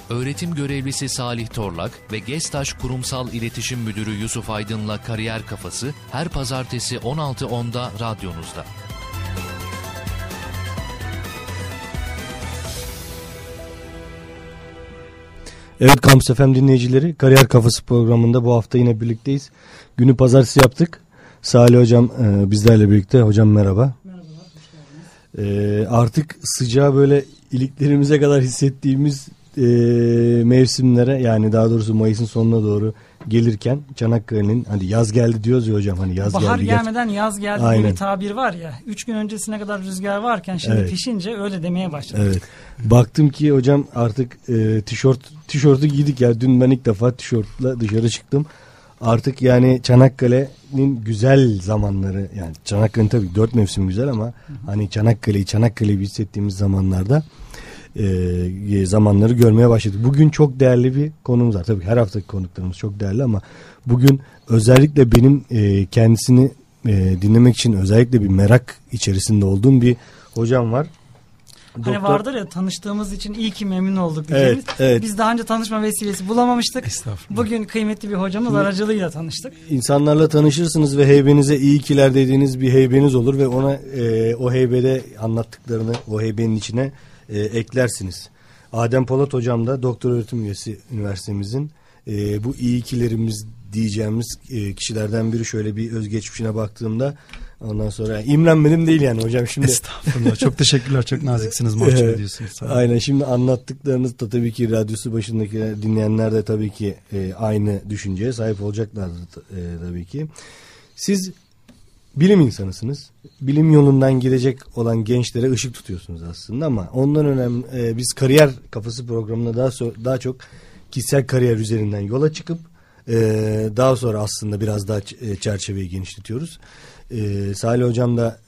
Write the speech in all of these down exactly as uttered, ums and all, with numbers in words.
öğretim görevlisi Salih Torlak ve Gestaş Kurumsal İletişim Müdürü Yusuf Aydın'la Kariyer Kafası her pazartesi on altı onda radyonuzda. Evet, Kampüs F M dinleyicileri, Kariyer Kafası programında bu hafta yine birlikteyiz. Günü pazartesi yaptık. Salih Hocam e, bizlerle birlikte. Hocam merhaba. Merhaba, hoş geldiniz. E, artık sıcağı böyle iliklerimize kadar hissettiğimiz e, mevsimlere, yani daha doğrusu Mayıs'ın sonuna doğru gelirken Çanakkale'nin, hani yaz geldi diyoruz ya hocam, hani yaz Bahar geldi. gelmeden yaz geldi Aynen. diye bir tabir var ya. Üç gün öncesine kadar rüzgar varken şimdi Evet. pişince öyle demeye başladık. Evet. Baktım ki hocam artık e, tişört tişörtü giydik ya. Dün ben ilk defa tişörtle dışarı çıktım. Artık yani Çanakkale'nin güzel zamanları, yani Çanakkale'nin tabii dört mevsim güzel ama hı hı. hani Çanakkale'yi Çanakkale'yi hissettiğimiz zamanlarda e, zamanları görmeye başladık. Bugün çok değerli bir konumuz var. Tabii her haftaki konuklarımız çok değerli ama bugün özellikle benim e, kendisini e, dinlemek için özellikle bir merak içerisinde olduğum bir hocam var. Hani Doktor... vardır ya, tanıştığımız için iyi ki memnun olduk diyeceğimiz. Evet, evet. Biz daha önce tanışma vesilesi bulamamıştık. Bugün kıymetli bir hocamız Şimdi, aracılığıyla tanıştık. İnsanlarla tanışırsınız ve heybenize iyi kiler dediğiniz bir heybeniz olur ve ona e, o heybede anlattıklarını o heybenin içine e, eklersiniz. Adem Polat hocam da doktor öğretim üyesi üniversitemizin e, bu iyi kilerimiz diyeceğimiz e, kişilerden biri. Şöyle bir özgeçmişine baktığımda ondan sonra yani imrenmedim değil yani hocam şimdi. Estağfurullah, çok teşekkürler, çok naziksiniz, mahcup ediyorsunuz. Aynen, şimdi anlattıklarınız da tabii ki radyosu başındaki dinleyenler de tabii ki e, aynı düşünceye sahip olacaklardır e, tabii ki. Siz bilim insanısınız. Bilim yolundan gidecek olan gençlere ışık tutuyorsunuz aslında ama ondan önemli e, biz Kariyer Kafası programında daha so daha çok kişisel kariyer üzerinden yola çıkıp e, daha sonra aslında biraz daha çerçeveyi genişletiyoruz. Ee, Salih hocam da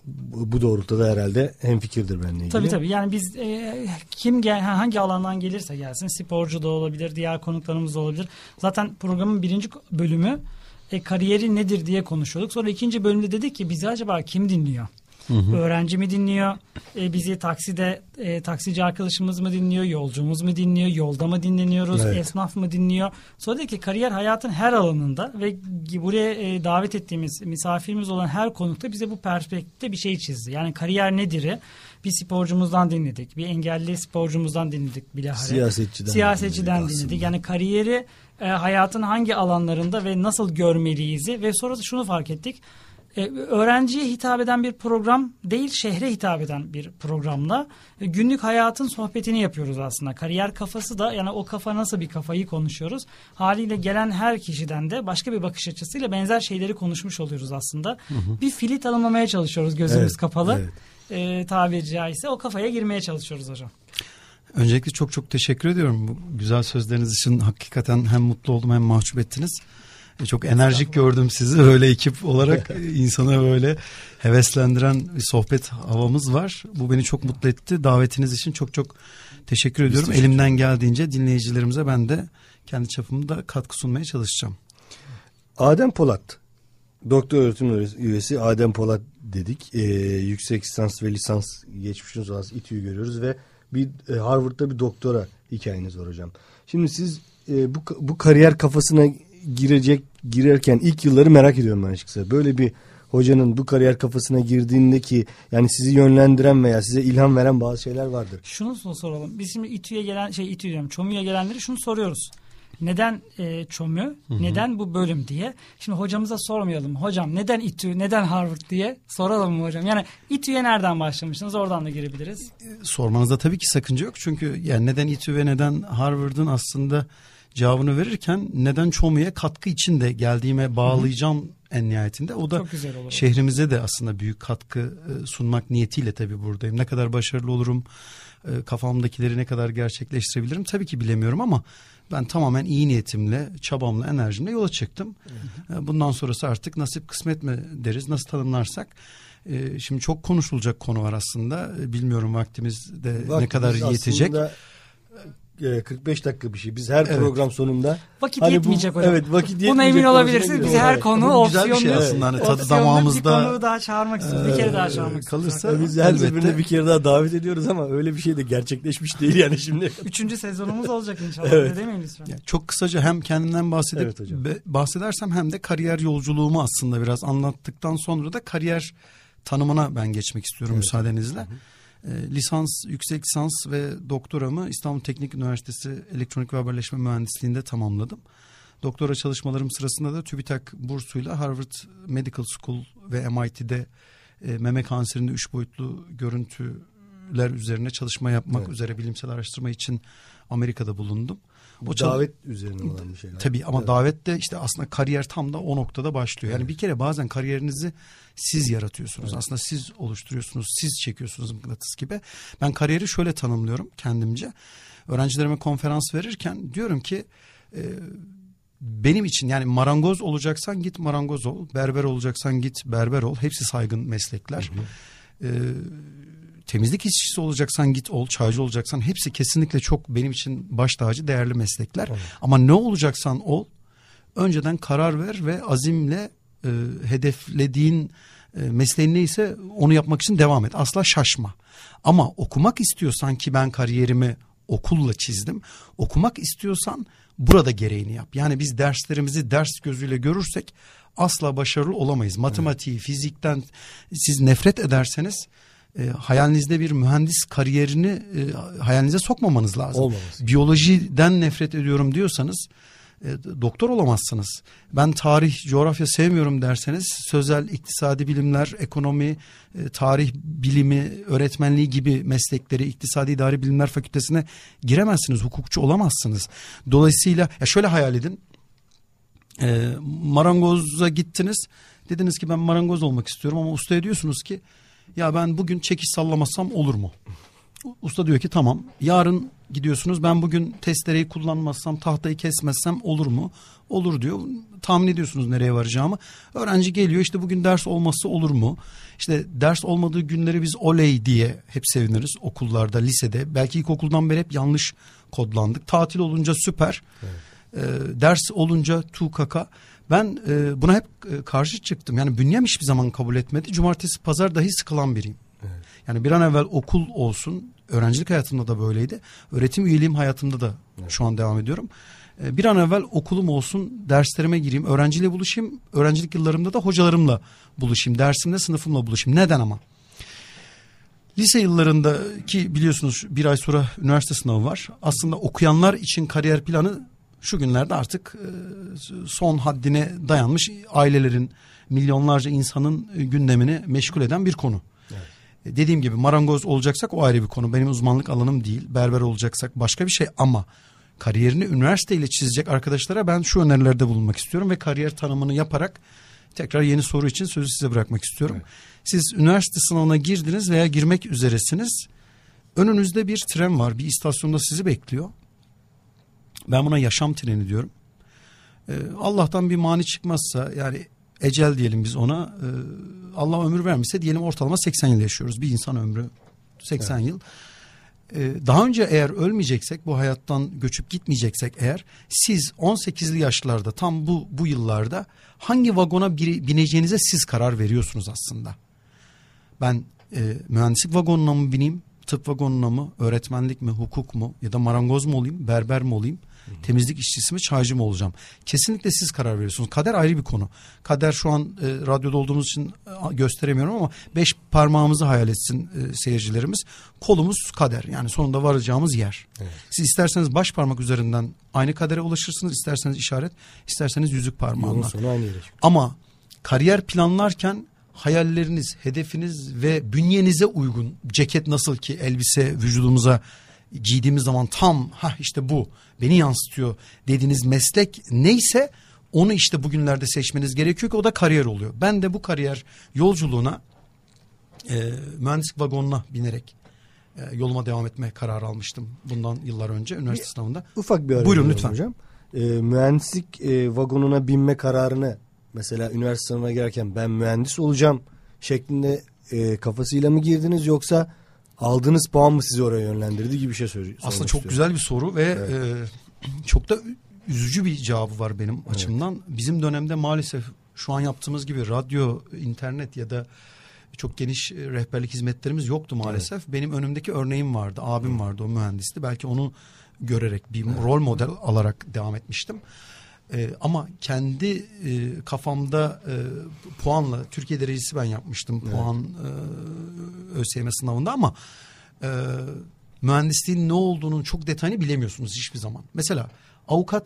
bu doğrultuda herhalde hemfikirdir benimle ilgili. Tabii tabii, yani biz e, kim gel, hangi alandan gelirse gelsin, sporcu da olabilir, diğer konuklarımız da olabilir. Zaten programın birinci bölümü e, kariyeri nedir diye konuşuyorduk. Sonra ikinci bölümde dedik ki bizi acaba kim dinliyor? Hı hı. Öğrenci mi dinliyor? E, bizi takside e, taksici arkadaşımız mı dinliyor? Yolcumuz mu dinliyor? Yolda mı dinleniyoruz? Evet. Esnaf mı dinliyor? Sonra dedik ki kariyer hayatın her alanında ve buraya e, davet ettiğimiz misafirimiz olan her konukta bize bu perspektifte bir şey çizdi. Yani kariyer nedir'i bir sporcumuzdan dinledik. Bir engelli sporcumuzdan dinledik bilahare. Siyasetçiden, Siyasetçiden dinledik. dinledik. Yani kariyeri e, hayatın hangi alanlarında ve nasıl görmeliyiz? Ve sonra şunu fark ettik. Ee, öğrenciye hitap eden bir program değil, şehre hitap eden bir programla e, günlük hayatın sohbetini yapıyoruz aslında. Kariyer Kafası da, yani o kafa nasıl bir kafayı konuşuyoruz. Haliyle gelen her kişiden de başka bir bakış açısıyla benzer şeyleri konuşmuş oluyoruz aslında. Hı hı. Bir fili tanımlamaya çalışıyoruz gözümüz evet, kapalı. Evet. E, tabiri caizse o kafaya girmeye çalışıyoruz hocam. Öncelikle çok çok teşekkür ediyorum bu güzel sözleriniz için. Hakikaten hem mutlu oldum hem mahcup ettiniz. Çok enerjik gördüm sizi, öyle ekip olarak insana böyle heveslendiren bir sohbet havamız var. Bu beni çok mutlu etti. Davetiniz için çok çok teşekkür ediyorum. Teşekkür Elimden geldiğince dinleyicilerimize ben de kendi çapımda katkı sunmaya çalışacağım. Adem Polat, doktor öğretim üyesi Adem Polat dedik. Ee, yüksek lisans ve lisans geçmişiniz olan İTÜ'yü görüyoruz ve bir e, Harvard'da bir doktora hikayeniz var hocam. Şimdi siz e, bu bu kariyer kafasına girecek girerken ilk yılları merak ediyorum ben açıkçası. Böyle bir hocanın bu kariyer kafasına girdiğindeki, yani sizi yönlendiren veya size ilham veren bazı şeyler vardır. Şunu soralım. Biz şimdi İTÜ'ye gelen şey İTÜ diyorum. ÇOMÜ'ye gelenleri şunu soruyoruz. Neden e, ÇOMÜ? Hı hı. Neden bu bölüm diye. Şimdi hocamıza sormayalım. Hocam neden İTÜ? Neden Harvard diye soralım mı hocam? Yani İTÜ'ye nereden başlamışsınız? Oradan da girebiliriz. Sormanızda tabii ki sakınca yok. Çünkü yani neden İTÜ ve neden Harvard'ın aslında cevabını verirken neden ÇOMÜ'ye katkı için de geldiğime bağlayacağım hı hı. en nihayetinde. O da şehrimize de aslında büyük katkı sunmak niyetiyle tabii buradayım. Ne kadar başarılı olurum, kafamdakileri ne kadar gerçekleştirebilirim tabii ki bilemiyorum ama ben tamamen iyi niyetimle, çabamla, enerjimle yola çıktım. Hı hı. Bundan sonrası artık nasip kısmet mi deriz, nasıl tanımlarsak. Şimdi çok konuşulacak konu var aslında. Bilmiyorum vaktimiz de vaktimiz ne kadar yetecek. kırk beş dakika bir şey. Biz her evet. program sonunda vakit hani yetmeyecek bu, hocam. Evet, vakit yetmeyecek. Buna emin olabilirsiniz. Biz her evet. konu opsiyonlu. Güzel bir şey aslında. Hani tadı damağımızda. Bir konuyu daha çağırmak istiyoruz. Bir kere daha çağırmak kalırsa istiyoruz. Biz her seferinde bir kere daha davet ediyoruz ama öyle bir şey de gerçekleşmiş değil yani şimdi. Üçüncü sezonumuz olacak inşallah. Evet. Demeyin lütfen. Yani çok kısaca hem kendimden bahsedip evet bahsedersem hem de kariyer yolculuğumu aslında biraz anlattıktan sonra da kariyer tanımına ben geçmek istiyorum evet. müsaadenizle. Hı hı. E, lisans, yüksek lisans ve doktoramı İstanbul Teknik Üniversitesi Elektronik ve Haberleşme Mühendisliği'nde tamamladım. Doktora çalışmalarım sırasında da TÜBİTAK bursuyla Harvard Medical School ve M I T'de e, meme kanserinde üç boyutlu görüntüler üzerine çalışma yapmak evet. üzere bilimsel araştırma için Amerika'da bulundum. O davet üzerine olan bir şey. Tabii ama evet. davette işte aslında kariyer tam da o noktada başlıyor. Yani evet. bir kere bazen kariyerinizi siz yaratıyorsunuz. Evet. Aslında siz oluşturuyorsunuz, siz çekiyorsunuz mıknatıs gibi. Ben kariyeri şöyle tanımlıyorum kendimce. Öğrencilerime konferans verirken diyorum ki e, benim için yani marangoz olacaksan git marangoz ol. Berber olacaksan git berber ol. Hepsi saygın meslekler. Hı hı. E, temizlik işçisi olacaksan git ol, çaycı olacaksan hepsi kesinlikle çok benim için baş tacı değerli meslekler. Evet. Ama ne olacaksan ol, önceden karar ver ve azimle e, hedeflediğin e, mesleğin neyse onu yapmak için devam et. Asla şaşma. Ama okumak istiyorsan ki ben kariyerimi okulla çizdim. Okumak istiyorsan burada gereğini yap. Yani biz derslerimizi ders gözüyle görürsek asla başarılı olamayız. Matematiği, evet. fizikten siz nefret ederseniz E, hayalinizde bir mühendis kariyerini e, hayalinize sokmamanız lazım. Olmaz. Biyolojiden nefret ediyorum diyorsanız e, doktor olamazsınız. Ben tarih, coğrafya sevmiyorum derseniz sözel, iktisadi bilimler, ekonomi, e, tarih bilimi, öğretmenliği gibi meslekleri, iktisadi idari bilimler fakültesine giremezsiniz. Hukukçu olamazsınız. Dolayısıyla ya şöyle hayal edin. E, marangoza gittiniz. Dediniz ki ben marangoz olmak istiyorum ama ustaya diyorsunuz ki ya ben bugün çekiç sallamazsam olur mu? Usta diyor ki tamam. Yarın gidiyorsunuz ben bugün testereyi kullanmazsam, tahtayı kesmezsem olur mu? Olur diyor. Tahmin ediyorsunuz nereye varacağımı. Öğrenci geliyor işte bugün ders olması olur mu? İşte ders olmadığı günleri biz oley diye hep seviniriz okullarda, lisede. Belki ilkokuldan beri hep yanlış kodlandık. Tatil olunca süper. Evet. Ee, ders olunca tu kaka. Ben e, buna hep e, karşı çıktım. Yani bünyem hiçbir zaman kabul etmedi. Cumartesi, pazar dahi sıkılan biriyim. Evet. Yani bir an evvel okul olsun. Öğrencilik hayatımda da böyleydi. Öğretim üyeliğim hayatımda da evet. şu an devam ediyorum. E, bir an evvel okulum olsun, derslerime gireyim, öğrenciyle buluşayım. Öğrencilik yıllarımda da hocalarımla buluşayım. Dersimde, sınıfımla buluşayım. Neden ama? Lise yıllarındaki biliyorsunuz bir ay sonra üniversite sınavı var. Aslında okuyanlar için kariyer planı şu günlerde artık son haddine dayanmış ailelerin, milyonlarca insanın gündemini meşgul eden bir konu. Evet. Dediğim gibi marangoz olacaksak o ayrı bir konu. Benim uzmanlık alanım değil. Berber olacaksak başka bir şey ama kariyerini üniversiteyle çizecek arkadaşlara ben şu önerilerde bulunmak istiyorum ve kariyer tanımını yaparak tekrar yeni soru için sözü size bırakmak istiyorum. Evet. Siz üniversite sınavına girdiniz veya girmek üzeresiniz. Önünüzde bir tren var, bir istasyonda sizi bekliyor. Ben buna yaşam treni diyorum. Ee, Allah'tan bir mani çıkmazsa yani ecel diyelim biz ona. E, Allah ömür vermişse diyelim ortalama seksen yıl yaşıyoruz. Bir insan ömrü seksen evet. yıl. Ee, daha önce eğer ölmeyeceksek bu hayattan göçüp gitmeyeceksek eğer siz on sekizli yaşlarda tam bu bu yıllarda hangi vagona bineceğinize siz karar veriyorsunuz aslında. Ben e, mühendislik vagonuna mı bineyim? Tıp vagonuna mı, öğretmenlik mi, hukuk mu ya da marangoz mu olayım, berber mi olayım, hı hı. temizlik işçisi mi, çaycı mı olacağım? Kesinlikle siz karar veriyorsunuz. Kader ayrı bir konu. Kader şu an e, radyoda olduğumuz için e, gösteremiyorum ama beş parmağımızı hayal etsin e, seyircilerimiz. Kolumuz kader yani sonunda varacağımız yer. Evet. Siz isterseniz baş parmak üzerinden aynı kadere ulaşırsınız, isterseniz işaret, isterseniz yüzük parmağına. Sonu aynı yere. Ama kariyer planlarken hayalleriniz, hedefiniz ve bünyenize uygun ceket nasıl ki elbise vücudumuza giydiğimiz zaman tam ha işte bu beni yansıtıyor dediğiniz meslek neyse onu işte bugünlerde seçmeniz gerekiyor ki o da kariyer oluyor. Ben de bu kariyer yolculuğuna e, mühendislik vagonuna binerek e, yoluma devam etme kararı almıştım bundan yıllar önce üniversite bir, sınavında. Ufak bir buyurun lütfen hocam. E, mühendislik e, vagonuna binme kararını mesela üniversite sınavına girerken ben mühendis olacağım şeklinde e, kafasıyla mı girdiniz yoksa aldığınız puan mı sizi oraya yönlendirdi gibi bir şey söylüyorsunuz. Aslında çok istiyorum. Güzel bir soru ve evet. e, çok da üzücü bir cevabı var benim evet. açımdan. Bizim dönemde maalesef şu an yaptığımız gibi radyo, internet ya da çok geniş rehberlik hizmetlerimiz yoktu maalesef. Evet. Benim önümdeki örneğim vardı. Abim evet. vardı, o mühendisti. Belki onu görerek bir evet. rol model alarak devam etmiştim. Ee, ama kendi e, kafamda e, puanla Türkiye derecesi ben yapmıştım. Evet. Puan e, ÖSYM sınavında ama e, mühendisliğin ne olduğunun çok detayını bilemiyorsunuz hiçbir zaman. Mesela avukat,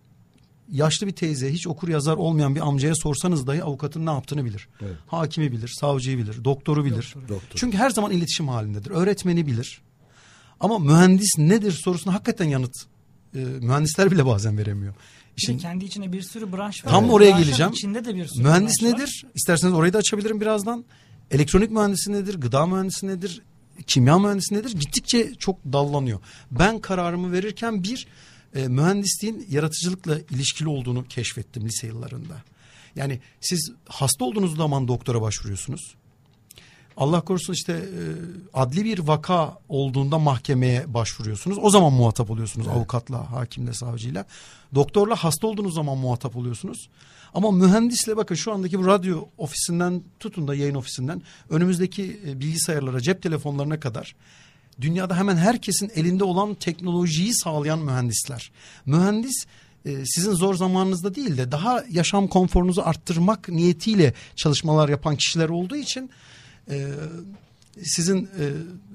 yaşlı bir teyze, hiç okur yazar olmayan bir amcaya sorsanız dahi avukatın ne yaptığını bilir. Evet. Hakimi bilir, savcıyı bilir, doktoru bilir. Doktor. Çünkü her zaman iletişim halindedir. Öğretmeni bilir. Ama mühendis nedir sorusuna hakikaten yanıt e, mühendisler bile bazen veremiyor. Şimdi kendi içinde bir sürü branş var. Tam evet. oraya geleceğim. İçinde de bir sürü mühendis branş nedir? Var. İsterseniz orayı da açabilirim birazdan. Elektronik mühendisi nedir? Gıda mühendisi nedir? Kimya mühendisi nedir? Gittikçe çok dallanıyor. Ben kararımı verirken bir e, mühendisliğin yaratıcılıkla ilişkili olduğunu keşfettim lise yıllarında. Yani siz hasta olduğunuz zaman doktora başvuruyorsunuz. Allah korusun işte e, adli bir vaka olduğunda mahkemeye başvuruyorsunuz. O zaman muhatap oluyorsunuz evet. avukatla, hakimle, savcıyla. Doktorla hasta olduğunuz zaman muhatap oluyorsunuz. Ama mühendisle bakın şu andaki bu radyo ofisinden tutun da yayın ofisinden önümüzdeki e, bilgisayarlara, cep telefonlarına kadar dünyada hemen herkesin elinde olan teknolojiyi sağlayan mühendisler. Mühendis e, sizin zor zamanınızda değil de daha yaşam konforunuzu arttırmak niyetiyle çalışmalar yapan kişiler olduğu için Ee, sizin e,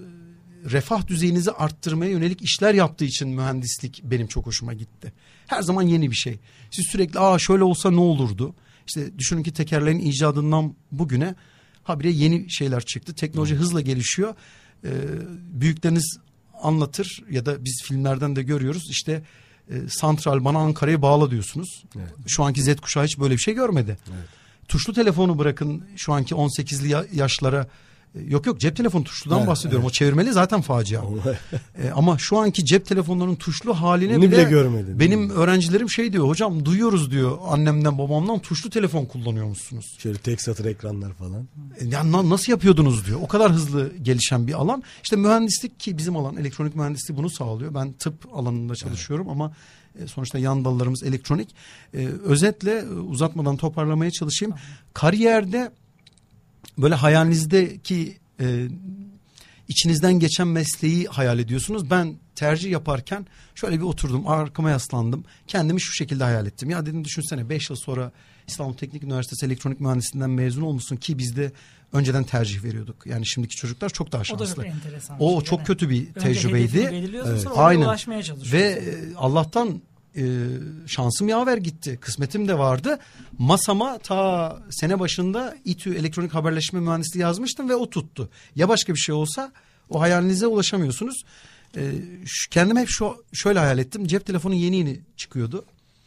refah düzeyinizi arttırmaya yönelik işler yaptığı için mühendislik benim çok hoşuma gitti. Her zaman yeni bir şey. Siz sürekli aa şöyle olsa ne olurdu? İşte düşünün ki tekerleğin icadından bugüne habire yeni şeyler çıktı. Teknoloji hızla gelişiyor. Ee, büyükleriniz anlatır ya da biz filmlerden de görüyoruz. İşte e, santral bana Ankara'ya bağla diyorsunuz. Evet. Şu anki Z kuşağı hiç böyle bir şey görmedi. Evet. Tuşlu telefonu bırakın şu anki on sekizli yaşlara. Yok yok cep telefonu tuşludan evet, bahsediyorum. Evet. O çevirmeli zaten facia. ee, ama şu anki cep telefonlarının tuşlu halini bile, bile görmedim. Benim öğrencilerim şey diyor. Hocam duyuyoruz diyor annemden babamdan tuşlu telefon kullanıyormuşsunuz. Şöyle tek satır ekranlar falan. Yani nasıl yapıyordunuz diyor. O kadar hızlı gelişen bir alan. İşte mühendislik ki bizim alan elektronik mühendisliği bunu sağlıyor. Ben tıp alanında çalışıyorum evet. ama sonuçta yan dallarımız elektronik. Ee, özetle uzatmadan toparlamaya çalışayım. Tamam. Kariyerde böyle hayalinizdeki e, içinizden geçen mesleği hayal ediyorsunuz. Ben tercih yaparken şöyle bir oturdum, arkama yaslandım. Kendimi şu şekilde hayal ettim. Ya dedim düşünsene beş yıl sonra İstanbul Teknik Üniversitesi elektronik mühendisliğinden mezun olmuşsun ki biz de önceden tercih veriyorduk. Yani şimdiki çocuklar çok daha şanslı. O da çok enteresan. O şey, çok yani. Kötü bir Önce tecrübeydi. Evet. Aynen. Ulaşmaya çalışıyorsun. Ve e, Allah'tan e, şansım yaver gitti. Kısmetim de vardı. Masama ta sene başında İTÜ elektronik haberleşme mühendisliği yazmıştım ve o tuttu. Ya başka bir şey olsa o hayalinize ulaşamıyorsunuz. E, kendime hep şu şöyle hayal ettim. Cep telefonu yeni yeni çıkıyordu.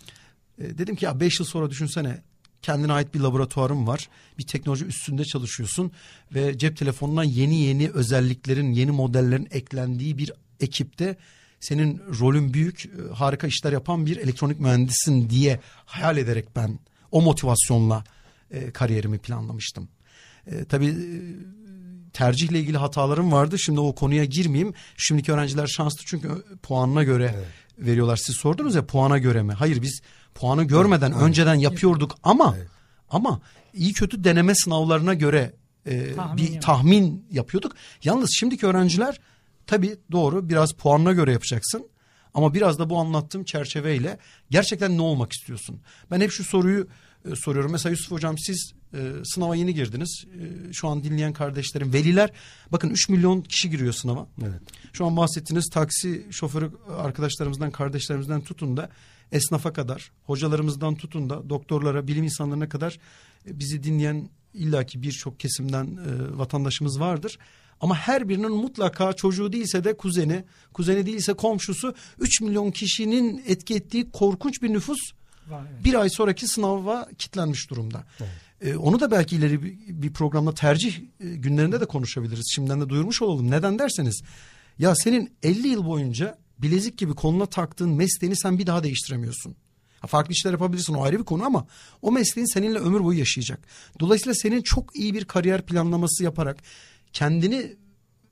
E, dedim ki ya beş yıl sonra düşünsene kendine ait bir laboratuvarın var. Bir teknoloji üstünde çalışıyorsun ve cep telefonuna yeni yeni özelliklerin, yeni modellerin eklendiği bir ekipte senin rolün büyük, harika işler yapan bir elektronik mühendisin diye hayal ederek ben o motivasyonla e, kariyerimi planlamıştım. E, tabii e, tercihle ilgili hatalarım vardı. Şimdi o konuya girmeyeyim. Şimdiki öğrenciler şanslı çünkü puanına göre evet. veriyorlar. Siz sordunuz ya puana göre mi? Hayır biz puanı görmeden evet. önceden yapıyorduk ama evet. ama iyi kötü deneme sınavlarına göre e, tahmin bir yani. tahmin yapıyorduk. Yalnız şimdiki öğrenciler tabii doğru biraz puanına göre yapacaksın ama biraz da bu anlattığım çerçeveyle gerçekten ne olmak istiyorsun? Ben hep şu soruyu e, soruyorum. Mesela Yusuf Hocam siz e, sınava yeni girdiniz. E, şu an dinleyen kardeşlerim, veliler bakın üç milyon kişi giriyor sınava. Evet. Şu an bahsettiğiniz taksi şoförü arkadaşlarımızdan, kardeşlerimizden tutun da esnafa kadar, hocalarımızdan tutun da doktorlara, bilim insanlarına kadar e, bizi dinleyen illaki birçok kesimden e, vatandaşımız vardır. Ama her birinin mutlaka çocuğu değilse de kuzeni, kuzeni değilse komşusu üç milyon kişinin etki ettiği korkunç bir nüfus var, evet. bir ay sonraki sınava kilitlenmiş durumda. Evet. Ee, onu da belki ileri bir, bir programda tercih e, günlerinde de konuşabiliriz. Şimdiden de duyurmuş olalım. Neden derseniz ya senin elli yıl boyunca bilezik gibi koluna taktığın mesleğini sen bir daha değiştiremiyorsun. Ha, farklı işler yapabilirsin o ayrı bir konu ama o mesleğin seninle ömür boyu yaşayacak. Dolayısıyla senin çok iyi bir kariyer planlaması yaparak kendini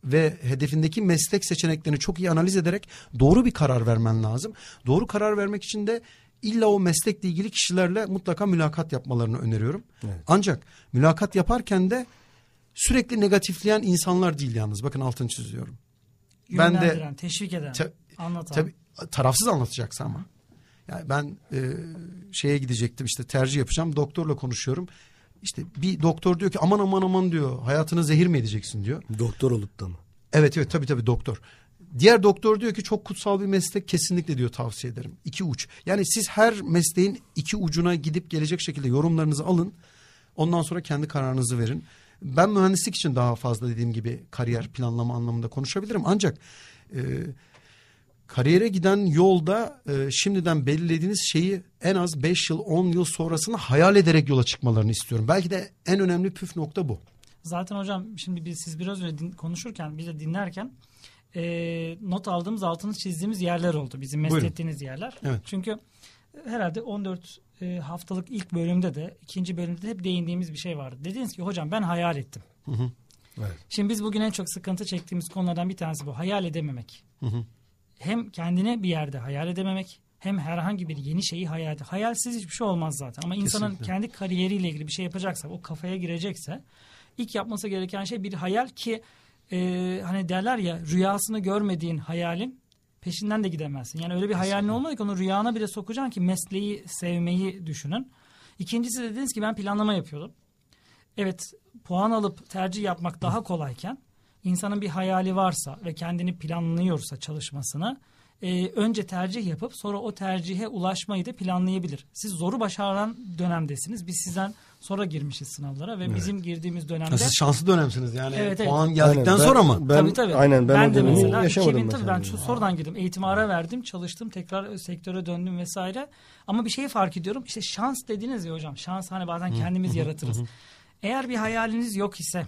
ve hedefindeki meslek seçeneklerini çok iyi analiz ederek doğru bir karar vermen lazım. Doğru karar vermek için de illa o meslekle ilgili kişilerle mutlaka mülakat yapmalarını öneriyorum. Evet. Ancak mülakat yaparken de sürekli negatifleyen insanlar değil yalnız. Bakın altını çiziyorum. Ben de teşvik eden, ta, anlatan. Tabii tarafsız anlatacaksın ama. Yani ben e, şeye gidecektim, işte tercih yapacağım, doktorla konuşuyorum. İşte bir doktor diyor ki aman aman aman diyor, hayatını zehir mi edeceksin diyor. Doktor olup da mı? Evet evet tabii tabii doktor. Diğer doktor diyor ki çok kutsal bir meslek, kesinlikle diyor tavsiye ederim. İki uç. Yani siz her mesleğin iki ucuna gidip gelecek şekilde yorumlarınızı alın. Ondan sonra kendi kararınızı verin. Ben mühendislik için daha fazla dediğim gibi kariyer planlama anlamında konuşabilirim. Ancak e, kariyere giden yolda e, şimdiden belirlediğiniz şeyi en az beş yıl on yıl sonrasını hayal ederek yola çıkmalarını istiyorum. Belki de en önemli püf nokta bu. Zaten hocam şimdi biz, siz biraz önce din, konuşurken biz de dinlerken e, not aldığımız, altını çizdiğimiz yerler oldu. Bizim meslettiğiniz yerler. Evet. Çünkü herhalde on dört e, haftalık ilk bölümde de ikinci bölümde de hep değindiğimiz bir şey vardı. Dediniz ki hocam ben hayal ettim. Hı hı. Evet. Şimdi biz bugün en çok sıkıntı çektiğimiz konulardan bir tanesi bu. Hayal edememek. Hı hı. Hem kendine bir yerde hayal edememek, hem herhangi bir yeni şeyi hayal edememek. Hayalsiz hiçbir şey olmaz zaten. Ama insanın kesinlikle kendi kariyeriyle ilgili bir şey yapacaksa, o kafaya girecekse ilk yapması gereken şey bir hayal ki e, hani derler ya, rüyasını görmediğin hayalin peşinden de gidemezsin. Yani öyle bir hayalin olmalı ki onu rüyana bile sokacaksın ki mesleği sevmeyi düşünün. İkincisi dediniz ki ben planlama yapıyordum. Evet, puan alıp tercih yapmak daha kolayken insanın bir hayali varsa ve kendini planlıyorsa çalışmasını, e, önce tercih yapıp sonra o tercihe ulaşmayı da planlayabilir. Siz zoru başaran dönemdesiniz. Biz sizden sonra girmişiz sınavlara ve evet, bizim girdiğimiz dönemde... Ya siz şanslı dönemsiniz yani, evet, evet, puan geldikten aynen, sonra ben, mı? Ben, tabii tabii. Aynen ben, ben o dönemi yaşamadım. iki bin, tabii ben şu sonradan girdim. Eğitime ara verdim, çalıştım, tekrar sektöre döndüm vesaire. Ama bir şeyi fark ediyorum. İşte şans dediniz ya hocam. Şans hani bazen kendimiz yaratırız. Eğer bir hayaliniz yok ise,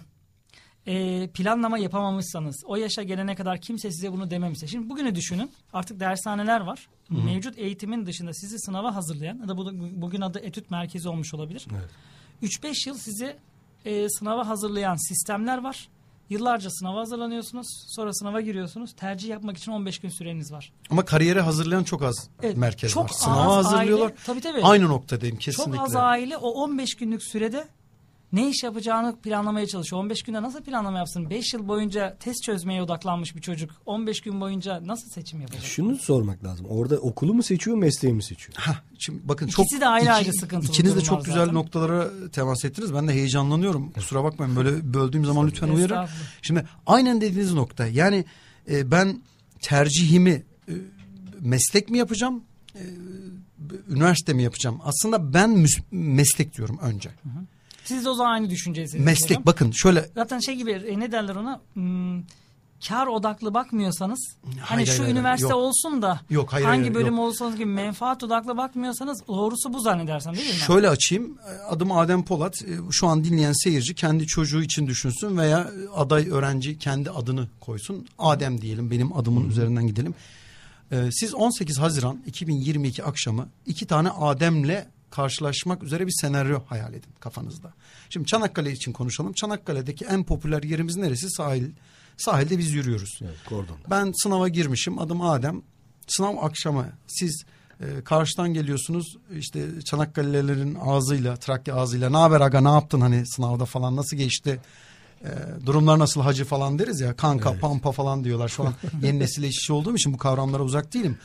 e, planlama yapamamışsanız, o yaşa gelene kadar kimse size bunu dememişse. Şimdi bugünü düşünün, artık dershaneler var. Hı-hı. Mevcut eğitimin dışında sizi sınava hazırlayan, ya da bugün adı etüt merkezi olmuş olabilir. Evet. üç beş yıl sizi e, sınava hazırlayan sistemler var. Yıllarca sınava hazırlanıyorsunuz, sonra sınava giriyorsunuz. Tercih yapmak için on beş gün süreniz var. Ama kariyere hazırlayan çok az evet, merkez çok var. Sınava hazırlıyorlar. Aile, tabii, tabii. Aynı noktadayım kesinlikle. Çok az aile o on beş günlük sürede ne iş yapacağını planlamaya çalışıyor. on beş günde nasıl planlama yapsın? beş yıl boyunca test çözmeye odaklanmış bir çocuk on beş gün boyunca nasıl seçim yapacak? Şunu sormak lazım. Orada okulu mu seçiyor, mesleği mi seçiyor? Ha, şimdi bakın İkisi çok de ayrı iki, ayrı sıkıntılı. İkiniz de çok zaten güzel noktalara temas ettiniz. Ben de heyecanlanıyorum. Kusura bakmayın, böyle böldüğüm zaman lütfen uyarın. Şimdi aynen dediğiniz nokta. Yani e, ben tercihimi e, meslek mi yapacağım? E, üniversite mi yapacağım? Aslında ben müs- meslek diyorum önce. Hı hı. Siz de o zaman aynı düşünceysiniz. Meslek hocam. Bakın şöyle. Zaten şey gibi e, ne derler ona? Hmm, kar odaklı bakmıyorsanız, hayır, hani şu hayır, üniversite yok. olsun da yok, hayır, hangi hayır, bölüm yok. olsanız gibi menfaat odaklı bakmıyorsanız doğrusu bu zannedersem değil mi? Şöyle açayım. Adım Adem Polat. Şu an dinleyen seyirci kendi çocuğu için düşünsün veya aday öğrenci kendi adını koysun. Adem diyelim, benim adımın hmm. üzerinden gidelim. Siz on sekiz Haziran iki bin yirmi iki akşamı iki tane Adem'le karşılaşmak üzere bir senaryo hayal edin kafanızda. Şimdi Çanakkale için konuşalım. Çanakkale'deki en popüler yerimiz neresi? Sahil. Sahilde biz yürüyoruz. Evet, kordon. Ben sınava girmişim. Adım Adem. Sınav akşamı siz e, karşıdan geliyorsunuz. İşte Çanakkale'lilerin ağzıyla, Trakya ağzıyla, ne haber aga, ne yaptın hani sınavda falan, nasıl geçti? E, durumlar nasıl hacı falan deriz ya. Kanka, evet, pampa falan diyorlar. Şu an yeni nesille iç içe olduğum için bu kavramlara uzak değilim.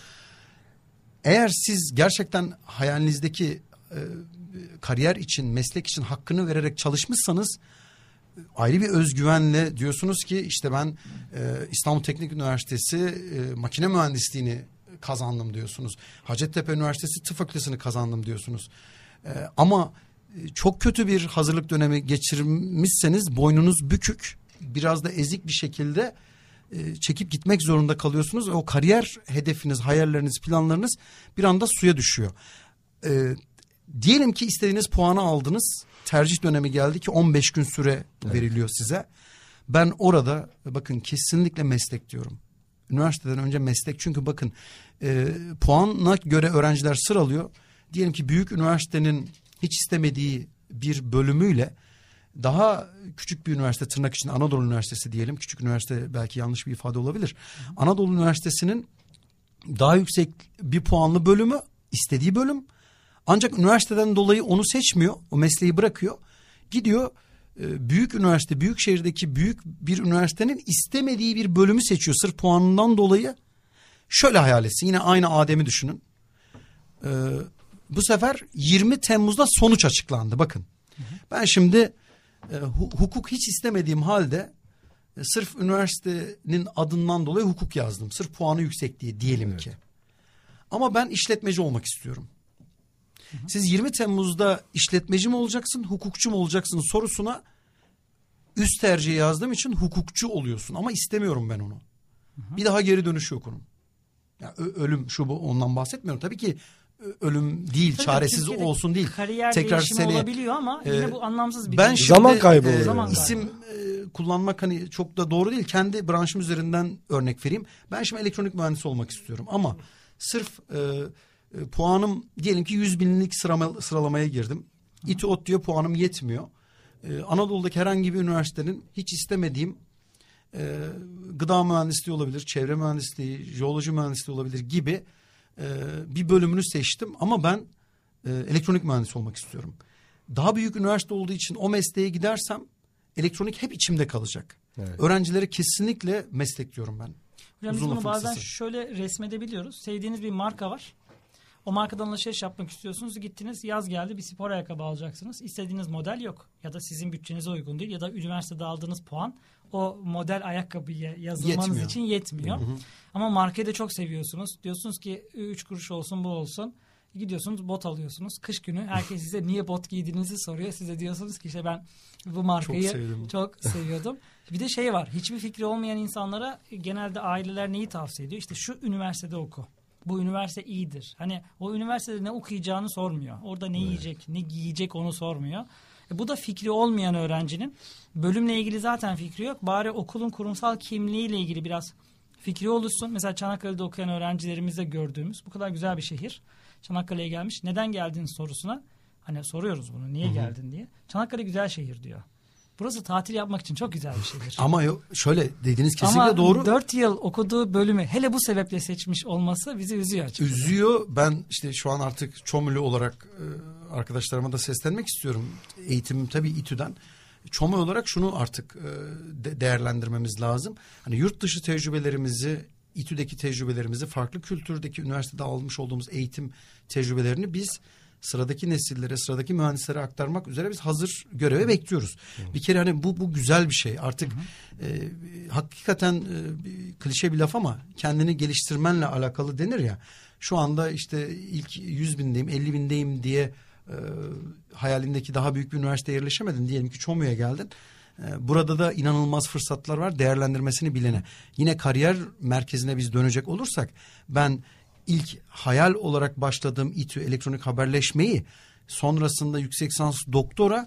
Eğer siz gerçekten hayalinizdeki e, kariyer için, meslek için hakkını vererek çalışmışsanız, ayrı bir özgüvenle diyorsunuz ki işte ben e, İstanbul Teknik Üniversitesi e, makine mühendisliğini kazandım diyorsunuz. Hacettepe Üniversitesi Tıp Fakültesini kazandım diyorsunuz. E, ama çok kötü bir hazırlık dönemi geçirmişseniz, boynunuz bükük, biraz da ezik bir şekilde e, çekip gitmek zorunda kalıyorsunuz. O kariyer hedefiniz, hayalleriniz, planlarınız bir anda suya düşüyor. E, diyelim ki istediğiniz puanı aldınız. Tercih dönemi geldi ki on beş gün süre evet. veriliyor size. Ben orada bakın kesinlikle meslek diyorum. Üniversiteden önce meslek, çünkü bakın e, puanına göre öğrenciler sıralıyor. Diyelim ki büyük üniversitenin hiç istemediği bir bölümüyle daha küçük bir üniversite, tırnak içinde Anadolu Üniversitesi diyelim. Küçük üniversite belki yanlış bir ifade olabilir. Anadolu Üniversitesi'nin daha yüksek bir puanlı bölümü, istediği bölüm. Ancak üniversiteden dolayı onu seçmiyor. O mesleği bırakıyor. Gidiyor büyük üniversite, büyük şehirdeki büyük bir üniversitenin istemediği bir bölümü seçiyor. Sırf puanından dolayı. Şöyle hayal etsin. Yine aynı Adem'i düşünün. Ee, bu sefer yirmi Temmuz'da sonuç açıklandı. Bakın. Hı hı. Ben şimdi e, hukuk hiç istemediğim halde e, sırf üniversitenin adından dolayı hukuk yazdım. Sırf puanı yüksek diye diyelim evet. ki. Ama ben işletmeci olmak istiyorum. Hı hı. Siz yirmi Temmuz'da işletmeci mi olacaksın, hukukçu mu olacaksın sorusuna üst tercih yazdığım için hukukçu oluyorsun. Ama istemiyorum ben onu. Hı hı. Bir daha geri dönüşü yok onun. Ya, ölüm şu bu ondan bahsetmiyorum. Tabii ki ölüm değil, tabii çaresiz olsun değil. Kariyer Tekrar değişimi seni, olabiliyor ama e, yine bu anlamsız bir ben şey. Şimdi, zaman kaybı e, zaman isim e, kullanmak hani çok da doğru değil. Kendi branşım üzerinden örnek vereyim. Ben şimdi elektronik mühendisi olmak istiyorum ama sırf e, e, puanım diyelim ki yüz binlik sırama, sıralamaya girdim. İTÜ ODTÜ'ye puanım yetmiyor. E, Anadolu'daki herhangi bir üniversitenin hiç istemediğim e, gıda mühendisliği olabilir, çevre mühendisliği, jeoloji mühendisliği olabilir gibi e, bir bölümünü seçtim. Ama ben e, elektronik mühendisi olmak istiyorum. Daha büyük üniversite olduğu için o mesleğe gidersem elektronik hep içimde kalacak. Evet. Öğrencilere kesinlikle meslek diyorum ben. Hocam biz bunu bazen şöyle resmedebiliyoruz. Sevdiğiniz bir marka var. O markadan alışveriş yapmak istiyorsunuz. Gittiniz, yaz geldi, bir spor ayakkabı alacaksınız. İstediğiniz model yok. Ya da sizin bütçenize uygun değil. Ya da üniversitede aldığınız puan o model ayakkabıya yazılmanız yetmiyor. için yetmiyor. Hı hı. Ama markayı da çok seviyorsunuz. Diyorsunuz ki üç kuruş olsun bu olsun. Gidiyorsunuz bot alıyorsunuz. Kış günü herkes size niye bot giydiğinizi soruyor. Siz de diyorsunuz ki işte ben bu markayı çok, çok seviyordum. Bir de şey var. Hiçbir fikri olmayan insanlara genelde aileler neyi tavsiye ediyor? İşte şu üniversitede oku. Bu üniversite iyidir. Hani o üniversitede ne okuyacağını sormuyor. Orada ne evet. yiyecek, ne giyecek onu sormuyor. E bu da fikri olmayan öğrencinin bölümle ilgili zaten fikri yok. Bari okulun kurumsal kimliğiyle ilgili biraz fikri oluşsun. Mesela Çanakkale'de okuyan öğrencilerimizde gördüğümüz bu kadar güzel bir şehir. Çanakkale'ye gelmiş. Neden geldin sorusuna hani soruyoruz bunu. Niye Hı-hı. geldin diye. Çanakkale güzel şehir diyor. Burası tatil yapmak için çok güzel bir şehir. Ama yok, şöyle dediğiniz kesinlikle Ama doğru. Ama dört yıl okuduğu bölümü hele bu sebeple seçmiş olması bizi üzüyor açıkçası. Üzüyor. Ben işte şu an artık ÇOMÜ'lü olarak e, arkadaşlarıma da seslenmek istiyorum. Eğitimim tabii İTÜ'den. ÇOMÜ olarak şunu artık e, de, değerlendirmemiz lazım. Hani yurt dışı tecrübelerimizi, İTÜ'deki tecrübelerimizi, farklı kültürdeki üniversitede almış olduğumuz eğitim tecrübelerini biz sıradaki nesillere, sıradaki mühendislere aktarmak üzere biz hazır göreve bekliyoruz. Hı. Bir kere hani bu bu güzel bir şey. Artık hı hı. E, hakikaten e, klişe bir laf ama kendini geliştirmenle alakalı denir ya. Şu anda işte ilk yüz bindeyim, elli bindeyim diye e, hayalindeki daha büyük bir üniversiteye yerleşemedin. Diyelim ki ÇOMÜ'ye geldin. E, burada da inanılmaz fırsatlar var değerlendirmesini bilene. Yine kariyer merkezine biz dönecek olursak ben İlk hayal olarak başladığım İTÜ elektronik haberleşmeyi sonrasında yüksek lisans doktora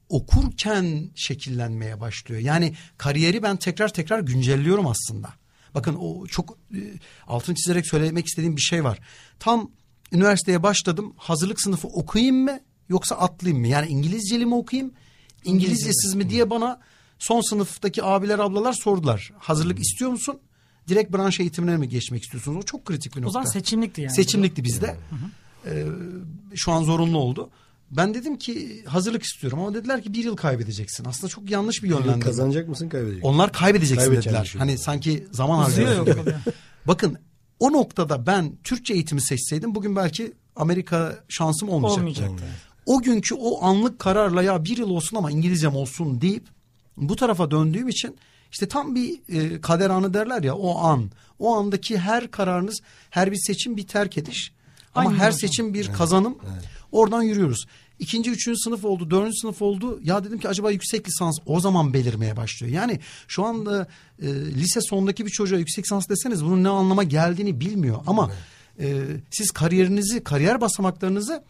okurken şekillenmeye başlıyor. Yani kariyeri ben tekrar tekrar güncelliyorum aslında. Bakın o çok e, altını çizerek söylemek istediğim bir şey var. Tam üniversiteye başladım, hazırlık sınıfı okuyayım mı yoksa atlayayım mı? Yani İngilizceli mi okuyayım, İngilizcesiz mi diye bana son sınıftaki abiler ablalar sordular. Hazırlık hmm. istiyor musun? Direkt branş eğitimine mi geçmek istiyorsunuz? O çok kritik bir nokta. O zaman seçimlikti yani. Seçimlikti bizde. Hı hı. Ee, şu an zorunlu oldu. Ben dedim ki hazırlık istiyorum ama dediler ki bir yıl kaybedeceksin. Aslında çok yanlış bir yönlendirme. Kazanacak mısın, kaybedecek? Onlar kaybedeceksin dediler. Hani sanki zaman harcıyor. Bakın o noktada ben Türkçe eğitimi seçseydim bugün belki Amerika şansım olmayacaktı. Olmayacaktı. O günkü o anlık kararla ya bir yıl olsun ama İngilizcem olsun deyip bu tarafa döndüğüm için İşte tam bir e, kader anı derler ya o an. O andaki her kararınız, her bir seçim bir terk ediş. Ama Aynen her hocam. seçim bir evet, kazanım. Evet. Oradan yürüyoruz. İkinci, üçüncü sınıf oldu, dördüncü sınıf oldu. Ya dedim ki acaba yüksek lisans o zaman belirmeye başlıyor. Yani şu anda e, lise sondaki bir çocuğa yüksek lisans deseniz bunun ne anlama geldiğini bilmiyor. Ama evet. e, siz kariyerinizi, kariyer basamaklarınızı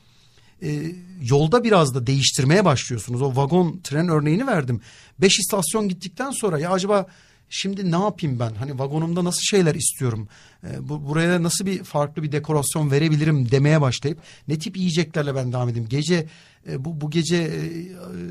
e, yolda biraz da değiştirmeye başlıyorsunuz. O vagon tren örneğini verdim. Beş istasyon gittikten sonra ya acaba Şimdi ne yapayım ben? Hani vagonumda nasıl şeyler istiyorum? E, bu, buraya nasıl bir farklı bir dekorasyon verebilirim demeye başlayıp ne tip yiyeceklerle ben devam edeyim? Gece e, bu bu gece e,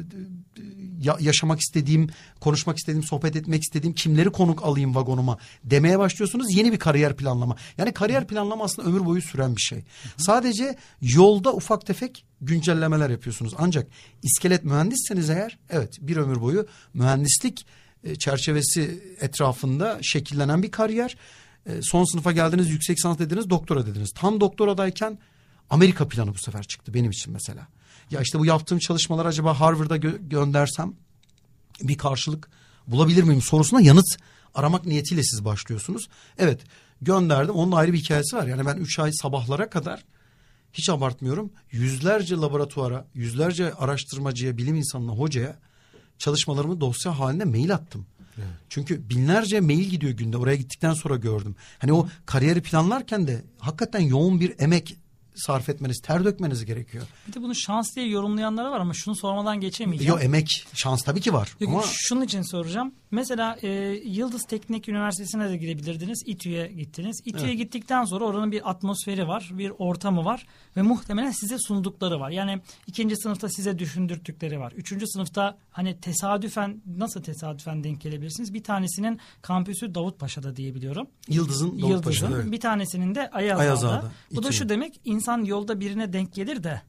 ya, yaşamak istediğim, konuşmak istediğim, sohbet etmek istediğim kimleri konuk alayım vagonuma demeye başlıyorsunuz. Yeni bir kariyer planlama. Yani kariyer planlama aslında ömür boyu süren bir şey. Hı hı. Sadece yolda ufak tefek güncellemeler yapıyorsunuz. Ancak iskelet mühendisseniz eğer, evet, bir ömür boyu mühendislik çerçevesi etrafında şekillenen bir kariyer. Son sınıfa geldiniz, yüksek lisans dediniz, doktora dediniz. Tam doktoradayken Amerika planı bu sefer çıktı benim için mesela. Ya işte bu yaptığım çalışmalar acaba Harvard'a gö- göndersem bir karşılık bulabilir miyim sorusuna yanıt aramak niyetiyle siz başlıyorsunuz. Evet, gönderdim. Onun ayrı bir hikayesi var. Yani ben üç ay sabahlara kadar, hiç abartmıyorum, yüzlerce laboratuvara, yüzlerce araştırmacıya, bilim insanına, hocaya çalışmalarımı dosya halinde mail attım. Evet. Çünkü binlerce mail gidiyor günde. Oraya gittikten sonra gördüm. Hani o kariyeri planlarken de hakikaten yoğun bir emek sarf etmeniz, ter dökmeniz gerekiyor. Bir de bunu şans diye yorumlayanlara var ama şunu sormadan geçemeyeceğim. Yok, emek, şans tabii ki var. Yok, ama... Şunun için soracağım. Mesela e, Yıldız Teknik Üniversitesi'ne de girebilirdiniz. İTÜ'ye gittiniz. İTÜ'ye evet. gittikten sonra oranın bir atmosferi var, bir ortamı var ve muhtemelen size sundukları var. Yani ikinci sınıfta size düşündürttükleri var. Üçüncü sınıfta hani tesadüfen, nasıl tesadüfen denk gelebilirsiniz? Bir tanesinin kampüsü Davutpaşa'da diyebiliyorum. Yıldız'ın Davutpaşa'da. Evet. Bir tanesinin de Ayazağa'da. Ayazağa'da. Bu İTÜ. Da şu demek, insan yolda birine denk gelir de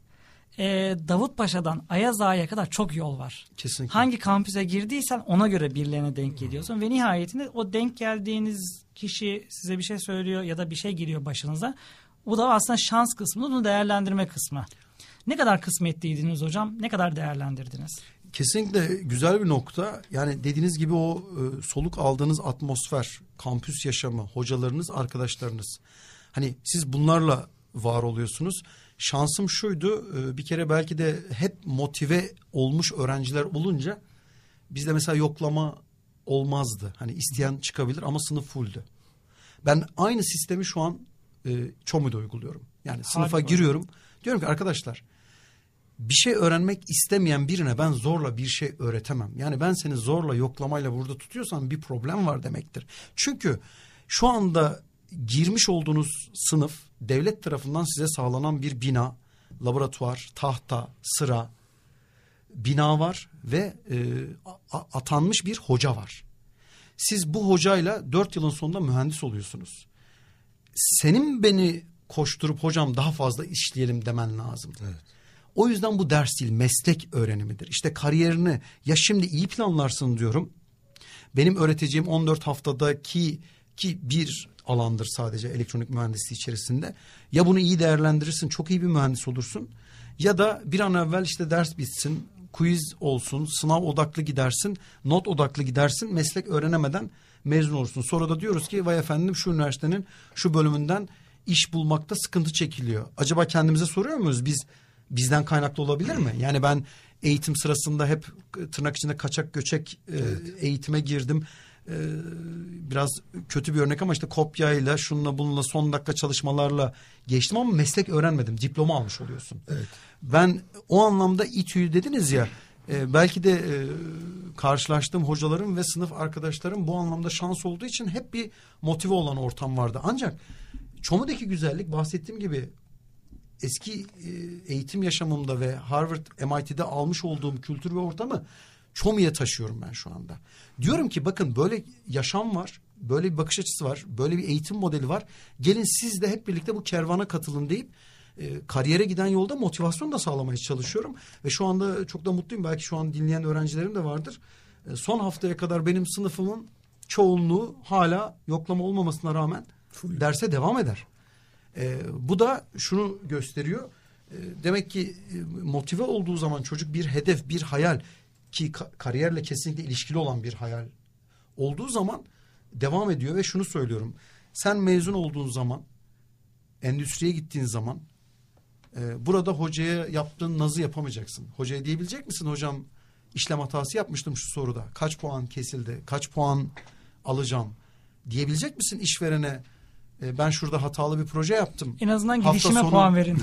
e, Davutpaşa'dan Ayazağa'ya kadar çok yol var. Kesinlikle. Hangi kampüse girdiysen ona göre birilerine denk geliyorsun. Ve nihayetinde o denk geldiğiniz kişi size bir şey söylüyor ya da bir şey geliyor başınıza. Bu da aslında şans kısmı, bunu değerlendirme kısmı. Ne kadar kısmetliydiniz hocam? Ne kadar değerlendirdiniz? Kesinlikle güzel bir nokta. Yani dediğiniz gibi o e, soluk aldığınız atmosfer, kampüs yaşamı, hocalarınız, arkadaşlarınız. Hani siz bunlarla var oluyorsunuz. Şansım şuydu, bir kere belki de hep motive olmuş öğrenciler olunca bizde mesela yoklama olmazdı. Hani isteyen çıkabilir ama sınıf fulldü. Ben aynı sistemi şu an e, ÇOMÜ'de uyguluyorum. Yani sınıfa Harika. Giriyorum. Diyorum ki arkadaşlar, bir şey öğrenmek istemeyen birine ben zorla bir şey öğretemem. Yani ben seni zorla yoklamayla burada tutuyorsam bir problem var demektir. Çünkü şu anda girmiş olduğunuz sınıf devlet tarafından size sağlanan bir bina, laboratuvar, tahta, sıra, bina var ve e, atanmış bir hoca var. Siz bu hocayla dört yılın sonunda mühendis oluyorsunuz. Senin beni koşturup hocam daha fazla işleyelim demen lazım. Evet. O yüzden bu ders değil, meslek öğrenimidir. İşte kariyerini ya şimdi iyi planlarsın diyorum. Benim öğreteceğim on dört haftadaki ki bir alandır sadece elektronik mühendisliği içerisinde. Ya bunu iyi değerlendirirsin, çok iyi bir mühendis olursun. Ya da bir an evvel işte ders bitsin, quiz olsun, sınav odaklı gidersin, not odaklı gidersin, meslek öğrenemeden mezun olursun. Sonra da diyoruz ki vay efendim şu üniversitenin şu bölümünden iş bulmakta sıkıntı çekiliyor. Acaba kendimize soruyor muyuz? Biz bizden kaynaklı olabilir mi? Yani ben eğitim sırasında hep tırnak içinde kaçak göçek evet. e, eğitime girdim. E, biraz kötü bir örnek ama işte kopyayla, şununla bununla, son dakika çalışmalarla geçtim ama meslek öğrenmedim. Diploma almış oluyorsun. Evet. Ben o anlamda İTÜ'yü dediniz ya, e, belki de e, karşılaştığım hocalarım ve sınıf arkadaşlarım bu anlamda şans olduğu için hep bir motive olan ortam vardı. Ancak ÇOMÜ'deki güzellik, bahsettiğim gibi eski eğitim yaşamımda ve Harvard, M I T'de almış olduğum kültür ve ortamı ÇOMÜ'ye taşıyorum ben şu anda. Diyorum ki bakın böyle yaşam var, böyle bir bakış açısı var, böyle bir eğitim modeli var. Gelin siz de hep birlikte bu kervana katılın deyip e, kariyere giden yolda motivasyon da sağlamaya çalışıyorum. Ve şu anda çok da mutluyum. Belki şu an dinleyen öğrencilerim de vardır. E, son haftaya kadar benim sınıfımın çoğunluğu hala yoklama olmamasına rağmen Full. derse devam eder. E, bu da şunu gösteriyor. E, demek ki e, motive olduğu zaman çocuk bir hedef, bir hayal ki ka- kariyerle kesinlikle ilişkili olan bir hayal olduğu zaman devam ediyor ve şunu söylüyorum. Sen mezun olduğun zaman, endüstriye gittiğin zaman e, burada hocaya yaptığın nazı yapamayacaksın. Hocaya diyebilecek misin hocam işlem hatası yapmıştım şu soruda. Kaç puan kesildi? Kaç puan alacağım? Diyebilecek misin işverene? Ben şurada hatalı bir proje yaptım. En azından gidişime sonu... puan verin.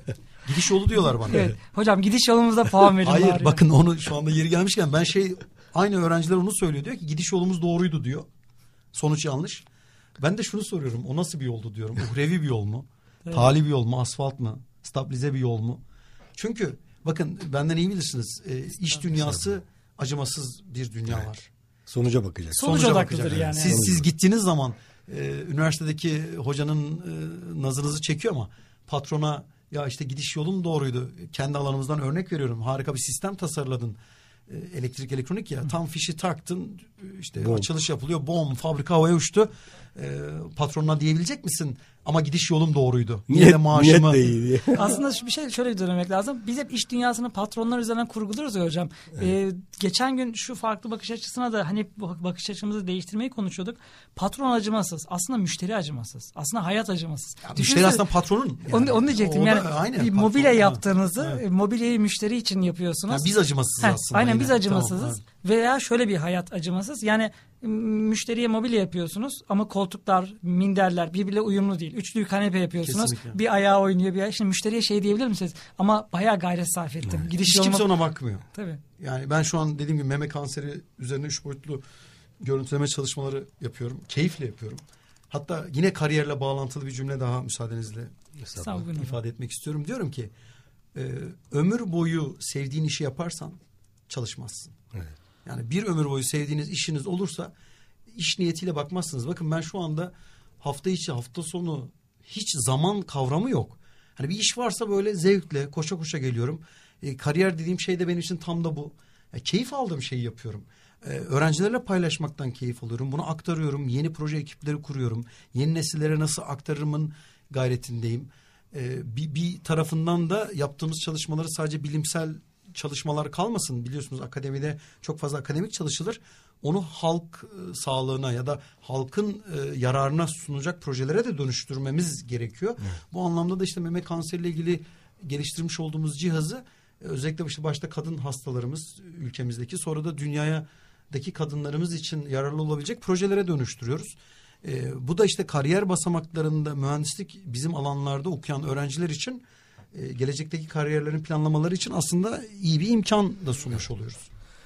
Gidiş yolu diyorlar bana. Evet. Hocam gidiş yolumuzda puan verin. Hayır bari. Bakın onu şu anda yeri gelmişken ben şey Aynı öğrenciler onu söylüyor. Diyor ki gidiş yolumuz doğruydu diyor. Sonuç yanlış. Ben de şunu soruyorum. O nasıl bir yoldu diyorum. Uhrevi bir yol mu? Evet. Tali bir yol mu? Asfalt mı? Stabilize bir yol mu? Çünkü bakın benden iyi bilirsiniz. E, iş dünyası acımasız bir dünya evet. var. Sonuca bakacak. Sonuç Sonuca odaklıdır bakacak. yani. Siz, siz gittiğiniz zaman e, üniversitedeki hocanın e, nazarınızı çekiyor ama patrona ya işte gidiş yolum doğruydu. Kendi alanımızdan örnek veriyorum. Harika bir sistem tasarladın. E, elektrik elektronik ya. Hı. Tam fişi taktın. İşte bom. Açılış yapılıyor. Bom. Fabrika havaya uçtu. E, patronuna diyebilecek misin? Ama gidiş yolum doğruydu. Niye niyet, de maaşımı... Niyet de iyi. Aslında bir şey şöyle söylemek lazım. Biz hep iş dünyasını patronlar üzerinden kurguluyoruz ya hocam. Evet. Ee, geçen gün şu farklı bakış açısına da hani bakış açımızı değiştirmeyi konuşuyorduk. Patron acımasız. Aslında müşteri acımasız. Aslında hayat acımasız. Ya müşteri aslında patronun. Yani. Onu, onu diyecektim. Yani aynen, bir patron, mobilya yaptığınızı evet. mobilyayı müşteri için yapıyorsunuz. Yani biz acımasızız Heh, aslında. Aynen yine. biz acımasızız. Tamam, evet. Veya şöyle bir hayat acımasız. Yani müşteriye mobilya yapıyorsunuz ama koltuklar, minderler birbirle uyumlu değil. Üçlü kanepe yapıyorsunuz. Kesinlikle. Bir ayağı oynuyor bir ayağı. Şimdi müşteriye şey diyebilir misiniz? Ama bayağı gayret sarf ettim. Evet. Gidiş Hiç yoluma... kimse ona bakmıyor. Tabii. Yani ben şu an dediğim gibi meme kanseri üzerine üç boyutlu görüntüleme çalışmaları yapıyorum. Keyifle yapıyorum. Hatta yine kariyerle bağlantılı bir cümle daha müsaadenizle ifade etmek istiyorum. Diyorum ki e, ömür boyu sevdiğin işi yaparsan çalışmazsın. Evet. Yani bir ömür boyu sevdiğiniz işiniz olursa iş niyetiyle bakmazsınız. Bakın ben şu anda hafta içi hafta sonu hiç zaman kavramı yok. Hani bir iş varsa böyle zevkle koşa koşa geliyorum. E, kariyer dediğim şey de benim için tam da bu. E, keyif aldığım şeyi yapıyorum. E, öğrencilerle paylaşmaktan keyif alıyorum. Bunu aktarıyorum. Yeni proje ekipleri kuruyorum. Yeni nesillere nasıl aktarırımın gayretindeyim. E, bir, bir tarafından da yaptığımız çalışmaları sadece bilimsel çalışmalar kalmasın. Biliyorsunuz akademide çok fazla akademik çalışılır. Onu halk e, sağlığına ya da halkın e, yararına sunacak projelere de dönüştürmemiz gerekiyor. Evet. Bu anlamda da işte meme kanseriyle ilgili geliştirmiş olduğumuz cihazı e, özellikle işte başta kadın hastalarımız ülkemizdeki sonra da dünyadaki kadınlarımız için yararlı olabilecek projelere dönüştürüyoruz. E, bu da işte kariyer basamaklarında mühendislik bizim alanlarda okuyan öğrenciler için e, gelecekteki kariyerlerin planlamaları için aslında iyi bir imkan da sunmuş oluyoruz.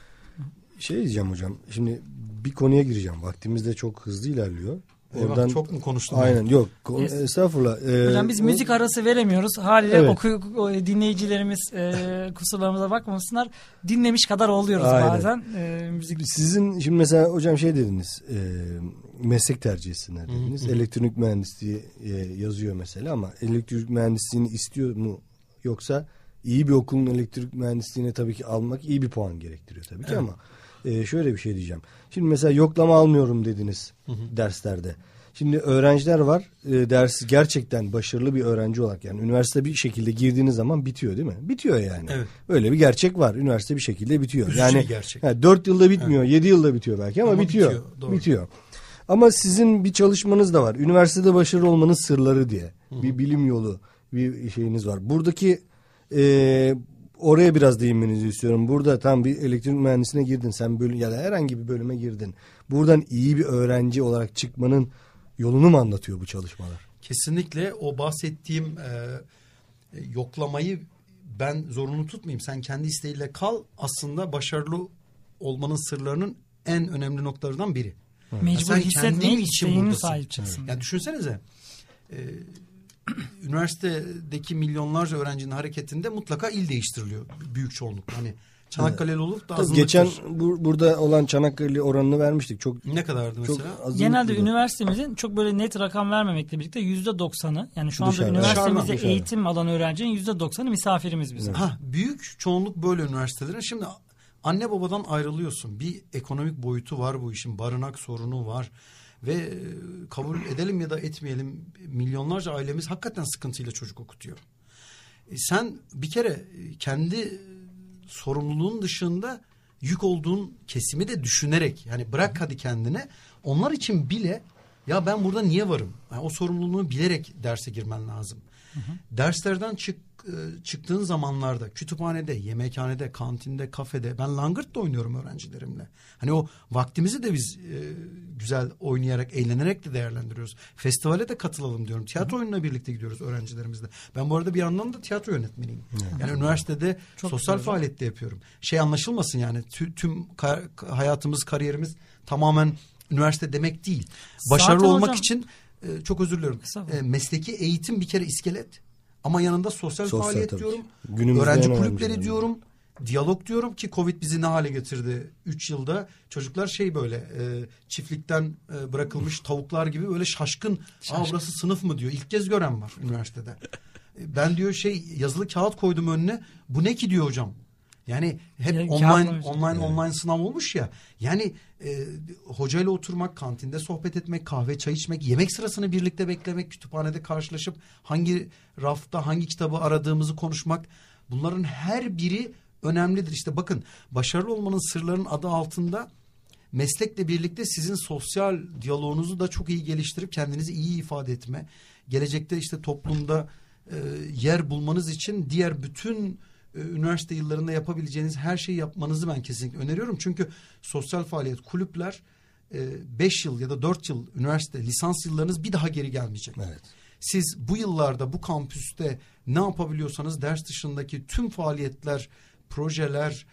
Şey diyeceğim hocam. Şimdi bir konuya gireceğim. Vaktimiz de çok hızlı ilerliyor. Oradan çok mu konuştum? Aynen yani? Yok. Yes. Estağfurullah. Ee, Hocam biz o... müzik arası veremiyoruz. Haliyle evet. oku, dinleyicilerimiz e, kusurlarımıza bakmasınlar. Dinlemiş kadar oluyoruz aynen. bazen. E, müzik. Sizin şimdi mesela hocam şey dediniz. E, meslek tercih etsinler dediniz. Hı hı. Elektronik mühendisliği e, yazıyor mesela ama elektrik mühendisliğini istiyor mu yoksa iyi bir okulun elektrik mühendisliğine tabii ki almak iyi bir puan gerektiriyor tabii ki evet. ama Ee, şöyle bir şey diyeceğim. Şimdi mesela yoklama almıyorum dediniz hı hı. derslerde. Şimdi öğrenciler var. E, dersi gerçekten başarılı bir öğrenci olarak yani üniversite bir şekilde girdiğiniz zaman bitiyor değil mi? Bitiyor yani. Evet. Öyle bir gerçek var. Üniversite bir şekilde bitiyor. Üzücü yani gerçek. Yani dört yılda bitmiyor. Evet. Yedi yılda bitiyor belki ama, ama bitiyor. Bitiyor, bitiyor. Ama sizin bir çalışmanız da var. Üniversitede başarılı olmanın sırları diye. Hı hı. Bir bilim yolu bir şeyiniz var. Buradaki eee oraya biraz değinmenizi istiyorum. Burada tam bir elektrik mühendisliğine girdin. Sen bölüm ya da herhangi bir bölüme girdin. Buradan iyi bir öğrenci olarak çıkmanın yolunu mu anlatıyor bu çalışmalar? Kesinlikle o bahsettiğim e, yoklamayı ben zorunlu tutmayayım. Sen kendi isteğiyle kal. Aslında başarılı olmanın sırlarının en önemli noktalarından biri. Mecbur hissetmeyip isteğine sahip çıksın. Yani düşünsenize. E, üniversitedeki milyonlarca öğrencinin hareketinde mutlaka il değiştiriliyor büyük çoğunluk. Hani Çanakkale'li olup da azınlıktır. Geçen bu, burada olan Çanakkale oranını vermiştik. Çok ne kadardı mesela? Genelde üniversitemizin çok böyle net rakam vermemekle birlikte yüzde doksanı yani şu anda dışarıda, üniversitemizde dışarıdan, eğitim dışarıdan. alan öğrencinin yüzde doksanı misafirimiz bizim. Ha, büyük çoğunluk böyle üniversitelerin. Şimdi anne babadan ayrılıyorsun. Bir ekonomik boyutu var bu işin. Barınak sorunu var. Ve kabul edelim ya da etmeyelim milyonlarca ailemiz hakikaten sıkıntıyla çocuk okutuyor. E sen bir kere kendi sorumluluğun dışında yük olduğun kesimi de düşünerek yani bırak hadi kendine onlar için bile ya ben burada niye varım? Yani o sorumluluğunu bilerek derse girmen lazım. Hı hı. Derslerden çık, çıktığın zamanlarda kütüphanede, yemekhanede, kantinde, kafede ben langırt da oynuyorum öğrencilerimle. Hani o vaktimizi de biz e, güzel oynayarak, eğlenerek de değerlendiriyoruz. Festivale de katılalım diyorum. Tiyatro oyununa birlikte gidiyoruz öğrencilerimizle. Ben bu arada bir yandan da tiyatro yönetmeniyim. Evet. Yani üniversitede çok sosyal güzel faaliyette yapıyorum. Şey anlaşılmasın yani tüm ka- hayatımız, kariyerimiz tamamen üniversite demek değil. Başarılı Zaten olmak hocam, için e, çok özür diliyorum. E, mesleki eğitim bir kere iskelet. Ama yanında sosyal, sosyal faaliyet diyorum. Günümüzde öğrenci kulüpleri diyorum. Diyalog diyorum ki Covid bizi ne hale getirdi? Üç yılda çocuklar şey böyle e, çiftlikten e, bırakılmış tavuklar gibi böyle şaşkın. Şaşkın. Aa burası sınıf mı diyor. İlk kez gören var üniversitede. E, ben diyor şey yazılı kağıt koydum önüne. Bu ne ki diyor hocam. Yani hep yani online online yani. online sınav olmuş ya. Yani e, hocayla oturmak, kantinde sohbet etmek, kahve çay içmek, yemek sırasını birlikte beklemek, kütüphanede karşılaşıp hangi rafta hangi kitabı aradığımızı konuşmak. Bunların her biri önemlidir. İşte bakın başarılı olmanın sırlarının adı altında meslekle birlikte sizin sosyal diyaloğunuzu da çok iyi geliştirip kendinizi iyi ifade etme. Gelecekte işte toplumda e, yer bulmanız için diğer bütün e, üniversite yıllarında yapabileceğiniz her şeyi yapmanızı ben kesinlikle öneriyorum. Çünkü sosyal faaliyet, kulüpler beş yıl ya da dört yıl üniversite lisans yıllarınız bir daha geri gelmeyecek. Evet. Siz bu yıllarda bu kampüste ne yapabiliyorsanız ders dışındaki tüm faaliyetler, projeler,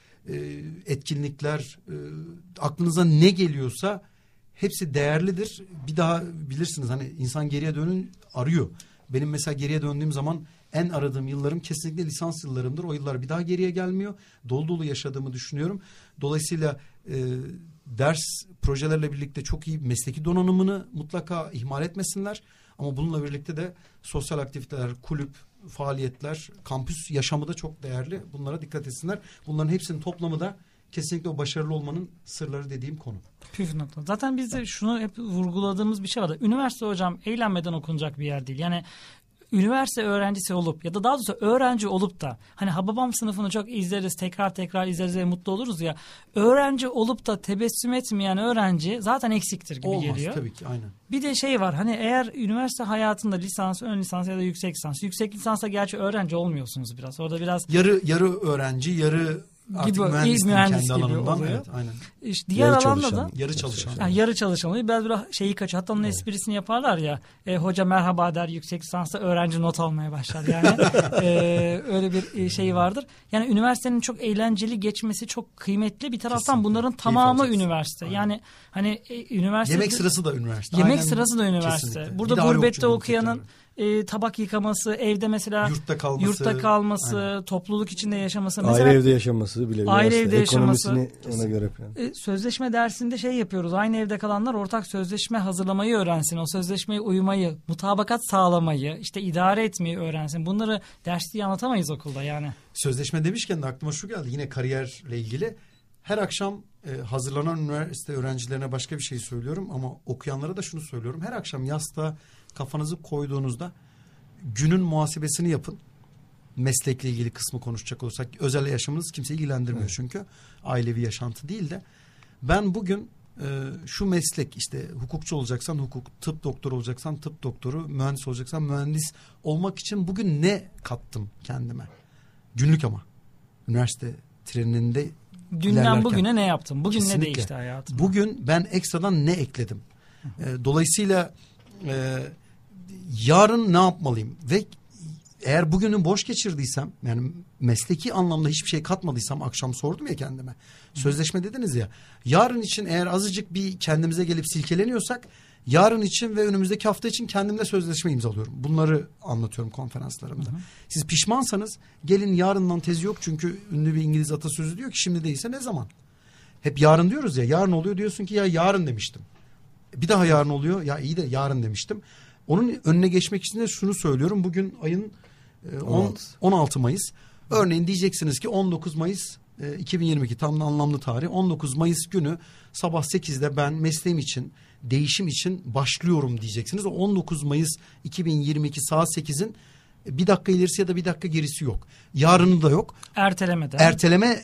etkinlikler, aklınıza ne geliyorsa hepsi değerlidir. Bir daha bilirsiniz hani insan geriye dönün arıyor. Benim mesela geriye döndüğüm zaman en aradığım yıllarım kesinlikle lisans yıllarımdır. O yıllar bir daha geriye gelmiyor. Dolu dolu yaşadığımı düşünüyorum. Dolayısıyla e, ders projelerle birlikte çok iyi mesleki donanımını mutlaka ihmal etmesinler. Ama bununla birlikte de sosyal aktiviteler, kulüp, faaliyetler, kampüs yaşamı da çok değerli. Bunlara dikkat etsinler. Bunların hepsinin toplamı da kesinlikle o başarılı olmanın sırları dediğim konu. Püf nokta. Zaten biz de şunu hep vurguladığımız bir şey var. Üniversite hocam eğlenmeden okunacak bir yer değil. Yani üniversite öğrencisi olup ya da daha doğrusu öğrenci olup da hani Hababam sınıfını çok izleriz, tekrar tekrar izleriz ve mutlu oluruz ya. Öğrenci olup da tebessüm etmeyen öğrenci zaten eksiktir gibi Olmaz, geliyor. Tabii ki aynen. Bir de şey var hani eğer üniversite hayatında lisans, ön lisans ya da yüksek lisans. Yüksek lisansa gerçi öğrenci olmuyorsunuz biraz. Orada biraz yarı yarı öğrenci, yarı artık gibi, mühendisliğin mühendis kendi gibi alanından. oluyor. Evet, aynen. İşte diğer yarı alanda çalışan, da yarı çalışan. Yani yarı çalışan oluyor. Biraz böyle şeyi kaçıyor. Hatta onun evet. esprisini yaparlar ya. E, hoca merhaba der yüksek lisansta öğrenci not almaya başlar. Yani e, öyle bir şey vardır. Yani üniversitenin çok eğlenceli geçmesi çok kıymetli. Bir taraftan Kesinlikle. bunların tamamı üniversite. Aynen. Yani hani e, üniversite yemek sırası da üniversite. Yemek Aynen. sırası da üniversite. Kesinlikle. Burada gurbette okuyanın E, tabak yıkaması, evde mesela yurtta kalması, yurtta kalması topluluk içinde yaşaması. Mesela, ayrı evde yaşaması bile. Ayrı evde yaşaması. Ona göre falan. E, sözleşme dersinde şey yapıyoruz. Aynı evde kalanlar ortak sözleşme hazırlamayı öğrensin. O sözleşmeye uymayı, mutabakat sağlamayı, işte idare etmeyi öğrensin. Bunları ders diye anlatamayız okulda yani. Sözleşme demişken de aklıma şu geldi. Yine kariyerle ilgili. Her akşam e, hazırlanan üniversite öğrencilerine başka bir şey söylüyorum ama okuyanlara da şunu söylüyorum. Her akşam yastığa kafanızı koyduğunuzda günün muhasebesini yapın. Meslekle ilgili kısmı konuşacak olursak özel yaşamınız kimse ilgilendirmiyor evet. çünkü ailevi yaşantı değil de ben bugün e, şu meslek işte hukukçu olacaksan hukuk, tıp doktoru olacaksan tıp doktoru, mühendis olacaksan mühendis olmak için bugün ne kattım kendime? Günlük ama üniversite treninde dünden bugüne ne yaptım? Bugün Kesinlikle. ne değişti hayatım? Bugün ben ekstradan ne ekledim? E, dolayısıyla e, yarın ne yapmalıyım? Ve eğer bugünü boş geçirdiysem yani mesleki anlamda hiçbir şey katmadıysam akşam sordum ya kendime. Sözleşme dediniz ya. Yarın için eğer azıcık bir kendimize gelip silkeleniyorsak yarın için ve önümüzdeki hafta için kendimle sözleşme imzalıyorum. Bunları anlatıyorum konferanslarımda. Hı hı. Siz pişmansanız gelin yarından tezi yok çünkü ünlü bir İngiliz atasözü diyor ki şimdi değilse ne zaman? Hep yarın diyoruz ya yarın oluyor diyorsun ki ya yarın demiştim. Bir daha yarın oluyor ya iyi de yarın demiştim. Onun önüne geçmek için de şunu söylüyorum. Bugün ayın on altı Mayıs. Örneğin diyeceksiniz ki on dokuz Mayıs iki bin yirmi iki tam da anlamlı tarih. on dokuz Mayıs günü sabah sekizde ben mesleğim için, değişim için başlıyorum diyeceksiniz. O on dokuz Mayıs iki bin yirmi iki saat sekizin bir dakika ilerisi ya da bir dakika gerisi yok. Yarını da yok. Ertelemeden. Erteleme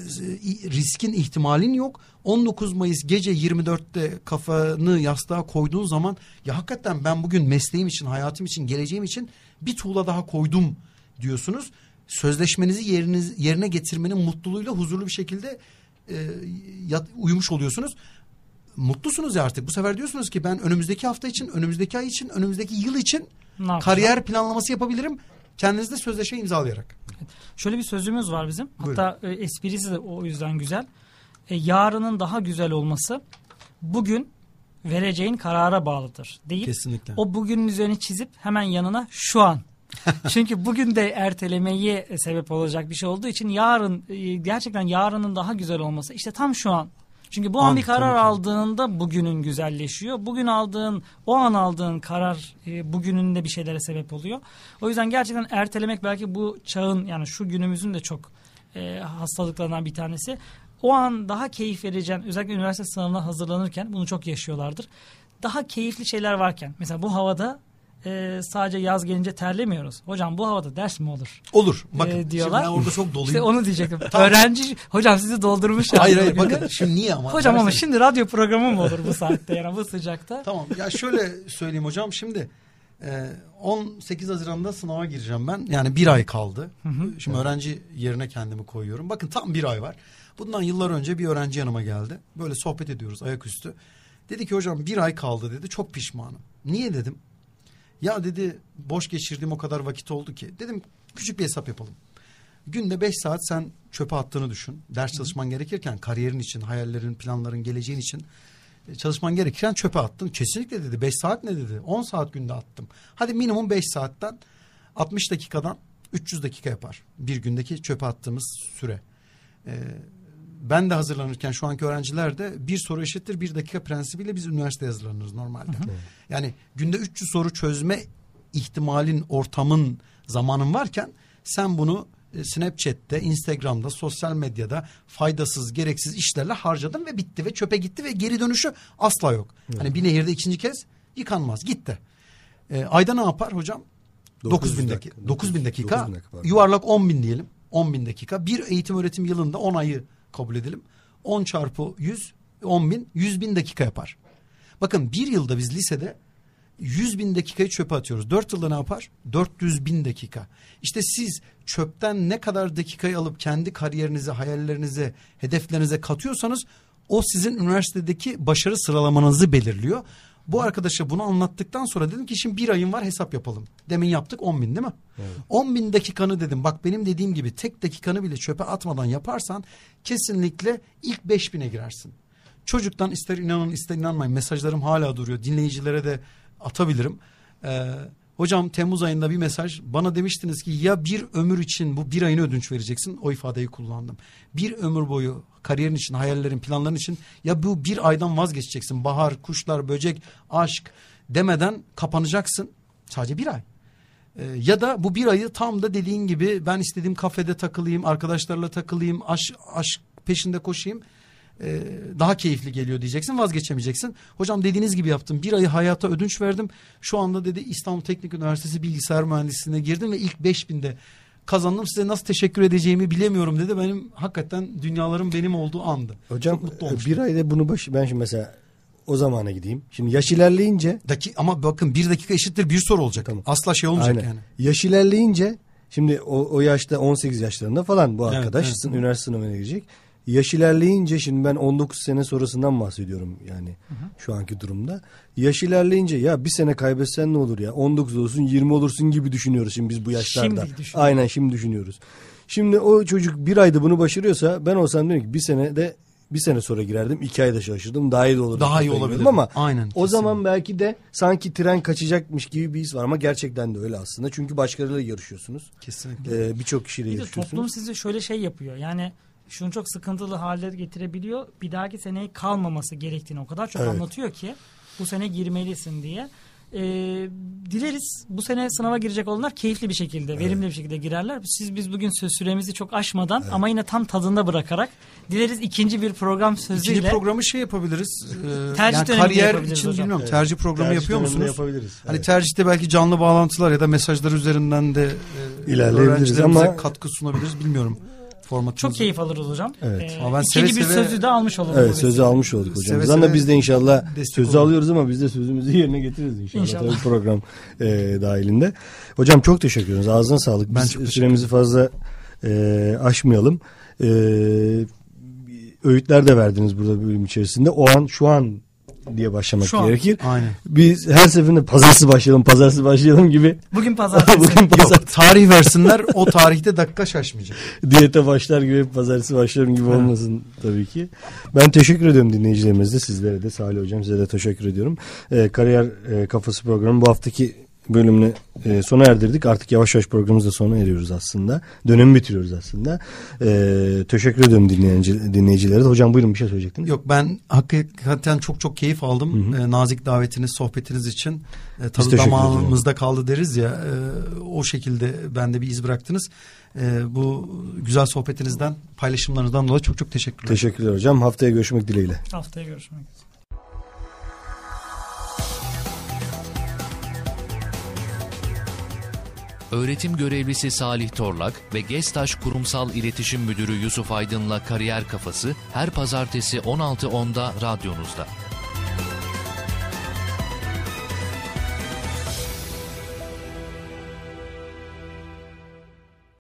riskin ihtimalin yok. on dokuz Mayıs gece yirmi dörtte kafanı yastığa koyduğun zaman ya hakikaten ben bugün mesleğim için, hayatım için, geleceğim için bir tuğla daha koydum diyorsunuz. Sözleşmenizi yeriniz, yerine getirmenin mutluluğuyla huzurlu bir şekilde e, yat, uyumuş oluyorsunuz. mutlusunuz ya artık. Bu sefer diyorsunuz ki ben önümüzdeki hafta için, önümüzdeki ay için, önümüzdeki yıl için kariyer planlaması yapabilirim. Kendinizde sözleşme imzalayarak. Şöyle bir sözümüz var bizim. Hatta e, esprisi de o yüzden güzel. E, yarının daha güzel olması bugün vereceğin karara bağlıdır deyip kesinlikle. O bugünün üzerine çizip hemen yanına şu an. Çünkü bugün de ertelemeye sebep olacak bir şey olduğu için yarın e, gerçekten yarının daha güzel olması işte tam şu an. Çünkü bu an, an bir karar aldığında bugünün güzelleşiyor. Bugün aldığın, o an aldığın karar e, bugünün de bir şeylere sebep oluyor. O yüzden gerçekten ertelemek belki bu çağın yani şu günümüzün de çok e, hastalıklarından bir tanesi. O an daha keyif vereceğin, özellikle üniversite sınavına hazırlanırken bunu çok yaşıyorlardır. Daha keyifli şeyler varken, mesela bu havada e, sadece yaz gelince terlemiyoruz. Hocam bu havada ders mi olur? Olur. Bakın e, diyorlar. Şimdi ben orada çok doluyum. İşte onu diyecektim. Öğrenci, hocam sizi doldurmuş. Hayır hayır bakın şimdi niye ama? Hocam ama şimdi radyo programı mı olur bu saatte yani bu sıcakta? Tamam ya şöyle söyleyeyim hocam şimdi. on sekiz Haziran'da sınava gireceğim ben. Yani bir ay kaldı. Hı hı. Şimdi evet. Öğrenci yerine kendimi koyuyorum. Bakın tam bir ay var. Bundan yıllar önce bir öğrenci yanıma geldi. Böyle sohbet ediyoruz ayaküstü. Dedi ki hocam bir ay kaldı dedi. Çok pişmanım. Niye dedim. Ya dedi boş geçirdiğim o kadar vakit oldu ki. Dedim küçük bir hesap yapalım. Günde beş saat sen çöpe attığını düşün. Ders çalışman gerekirken kariyerin için, hayallerin, planların, geleceğin için çalışman gerekirken çöpe attın. Kesinlikle dedi. Beş saat ne dedi? On saat günde attım. Hadi minimum beş saatten altmış dakikadan üç yüz dakika yapar. Bir gündeki çöpe attığımız süre. Ee, ben de hazırlanırken şu anki öğrenciler de bir soru eşittir bir dakika prensibiyle biz üniversiteye hazırlanırız normalde. Hı hı. Yani günde üç yüz soru çözme ihtimalin, ortamın, zamanın varken sen bunu Snapchat'te, Instagram'da, sosyal medyada faydasız, gereksiz işlerle harcadın ve bitti ve çöpe gitti ve geri dönüşü asla yok. Evet. Hani bir nehirde ikinci kez yıkanmaz, gitti. Ee, ayda ne yapar hocam? dokuz bin dakika. dokuz bin dakika, yuvarlak on bin diyelim. on bin dakika. Bir eğitim öğretim yılında on ayı kabul edelim. on çarpı yüz, on bin, yüz bin dakika yapar. Bakın bir yılda biz lisede yüz bin dakikayı çöpe atıyoruz. Dört yılda ne yapar? dört yüz bin dakika. İşte siz çöpten ne kadar dakikayı alıp kendi kariyerinize, hayallerinize, hedeflerinize katıyorsanız o sizin üniversitedeki başarı sıralamanızı belirliyor. Bu arkadaşa bunu anlattıktan sonra dedim ki şimdi bir ayın var hesap yapalım. Demin yaptık on bin değil mi? Evet. on bin dakikanı dedim bak benim dediğim gibi tek dakikanı bile çöpe atmadan yaparsan kesinlikle ilk beş bine girersin. Çocuktan ister inanın ister inanmayın mesajlarım hala duruyor. Dinleyicilere de atabilirim. Ee, hocam Temmuz ayında bir mesaj bana demiştiniz ki ya bir ömür için bu bir ayını ödünç vereceksin, o ifadeyi kullandım. Bir ömür boyu kariyerin için, hayallerin, planların için ya bu bir aydan vazgeçeceksin. Bahar, kuşlar, böcek, aşk demeden kapanacaksın. Sadece bir ay. Ee, ya da bu bir ayı tam da dediğin gibi ben istediğim kafede takılayım, arkadaşlarla takılayım, aşk, aşk peşinde koşayım. Daha keyifli geliyor diyeceksin, vazgeçemeyeceksin. Hocam dediğiniz gibi yaptım. Bir ayı hayata ödünç verdim. Şu anda dedi İstanbul Teknik Üniversitesi Bilgisayar Mühendisliğine girdim ve ilk beş binde kazandım. Size nasıl teşekkür edeceğimi bilemiyorum dedi. Benim hakikaten dünyalarım benim olduğu andı. Hocam bir ayda bunu başı ben şimdi mesela o zamana gideyim. Şimdi yaş ilerleyince. Daki, ama bakın bir dakika eşittir bir soru olacak. Tamam. Asla şey olmayacak. Aynen. Yani. Yaş ilerleyince şimdi o, o yaşta on sekiz yaşlarında falan bu arkadaş evet, evet. üniversite sınavına girecek. Yaş ilerleyince şimdi ben on dokuz sene sonrasından bahsediyorum yani hı hı. şu anki durumda. Yaş ilerleyince ya bir sene kaybetsen ne olur ya on dokuz olursun yirmi olursun gibi düşünüyoruz şimdi biz bu yaşlarda. Şimdi Aynen şimdi düşünüyoruz. Şimdi o çocuk bir ayda bunu başarıyorsa ben olsam diyorum ki bir sene de bir sene sonra girerdim iki ayda çalışırdım daha iyi de olurdu. Daha iyi olabilir ama aynen, o kesinlikle. Zaman belki de sanki tren kaçacakmış gibi bir his var ama gerçekten de öyle aslında. Çünkü başkalarıyla yarışıyorsunuz. Kesinlikle. Ee, birçok kişiyle bir yarışıyorsunuz. Toplum size şöyle şey yapıyor yani şunu çok sıkıntılı hale getirebiliyor. Bir dahaki seneye kalmaması gerektiğini o kadar çok evet. anlatıyor ki bu sene girmelisin diye. Ee, dileriz bu sene sınava girecek olanlar keyifli bir şekilde, evet. verimli bir şekilde girerler. Siz biz bugün söz süremizi çok aşmadan evet. ama yine tam tadında bırakarak dileriz ikinci bir program sözüyle. İkinci programı şey yapabiliriz. E, tercih yani kariyer için hocam. Bilmiyorum. Evet. Tercih programı tercih yapıyor musunuz? Yapabiliriz. Hani evet. tercihte belki canlı bağlantılar ya da mesajlar üzerinden de e, ilerleyebiliriz ama katkı sunabiliriz bilmiyorum. Çok keyif alırız hocam. Evet. Ee, ben ikinci seve bir seve... sözü de almış oluruz. Evet sözü almış olduk hocam. Seve seve biz de inşallah sözü olur. alıyoruz ama biz de sözümüzü yerine getiririz inşallah. İnşallah. Tabii program e, dahilinde. Hocam çok teşekkür ederiz. Ağzına sağlık. Biz süremizi fazla e, aşmayalım. E, öğütler de verdiniz burada bölüm içerisinde. O an, şu an diye başlamak Şu gerekir. An. Aynen. Biz her seferinde pazartesi başlayalım, pazartesi başlayalım gibi. Bugün pazartesi. Bugün pazartesi. Yok, tarih versinler, o tarihte dakika şaşmayacak. Diyete başlar gibi, pazartesi başlarım gibi olmasın tabii ki. Ben teşekkür ediyorum dinleyicilerimize, sizlere de, Salih Hocam size de teşekkür ediyorum. Ee, Kariyer e, Kafası programı bu haftaki bölümünü e, sona erdirdik. Artık yavaş yavaş programımızda sona eriyoruz aslında. Dönemi bitiriyoruz aslında. E, teşekkür ediyorum dinleyici, dinleyicilere de. Hocam buyurun, bir şey söyleyecektiniz. Yok, ben hakikaten çok çok keyif aldım. Hı hı. E, nazik davetiniz, sohbetiniz için. E, tadı damağımızda kaldı deriz ya. E, o şekilde bende bir iz bıraktınız. E, bu güzel sohbetinizden, paylaşımlarınızdan dolayı çok çok teşekkürler. Teşekkürler hocam. Haftaya görüşmek dileğiyle. Haftaya görüşmek üzere. Öğretim görevlisi Salih Torlak ve Gestaş Kurumsal İletişim Müdürü Yusuf Aydın'la Kariyer Kafası her pazartesi on altı onda radyonuzda.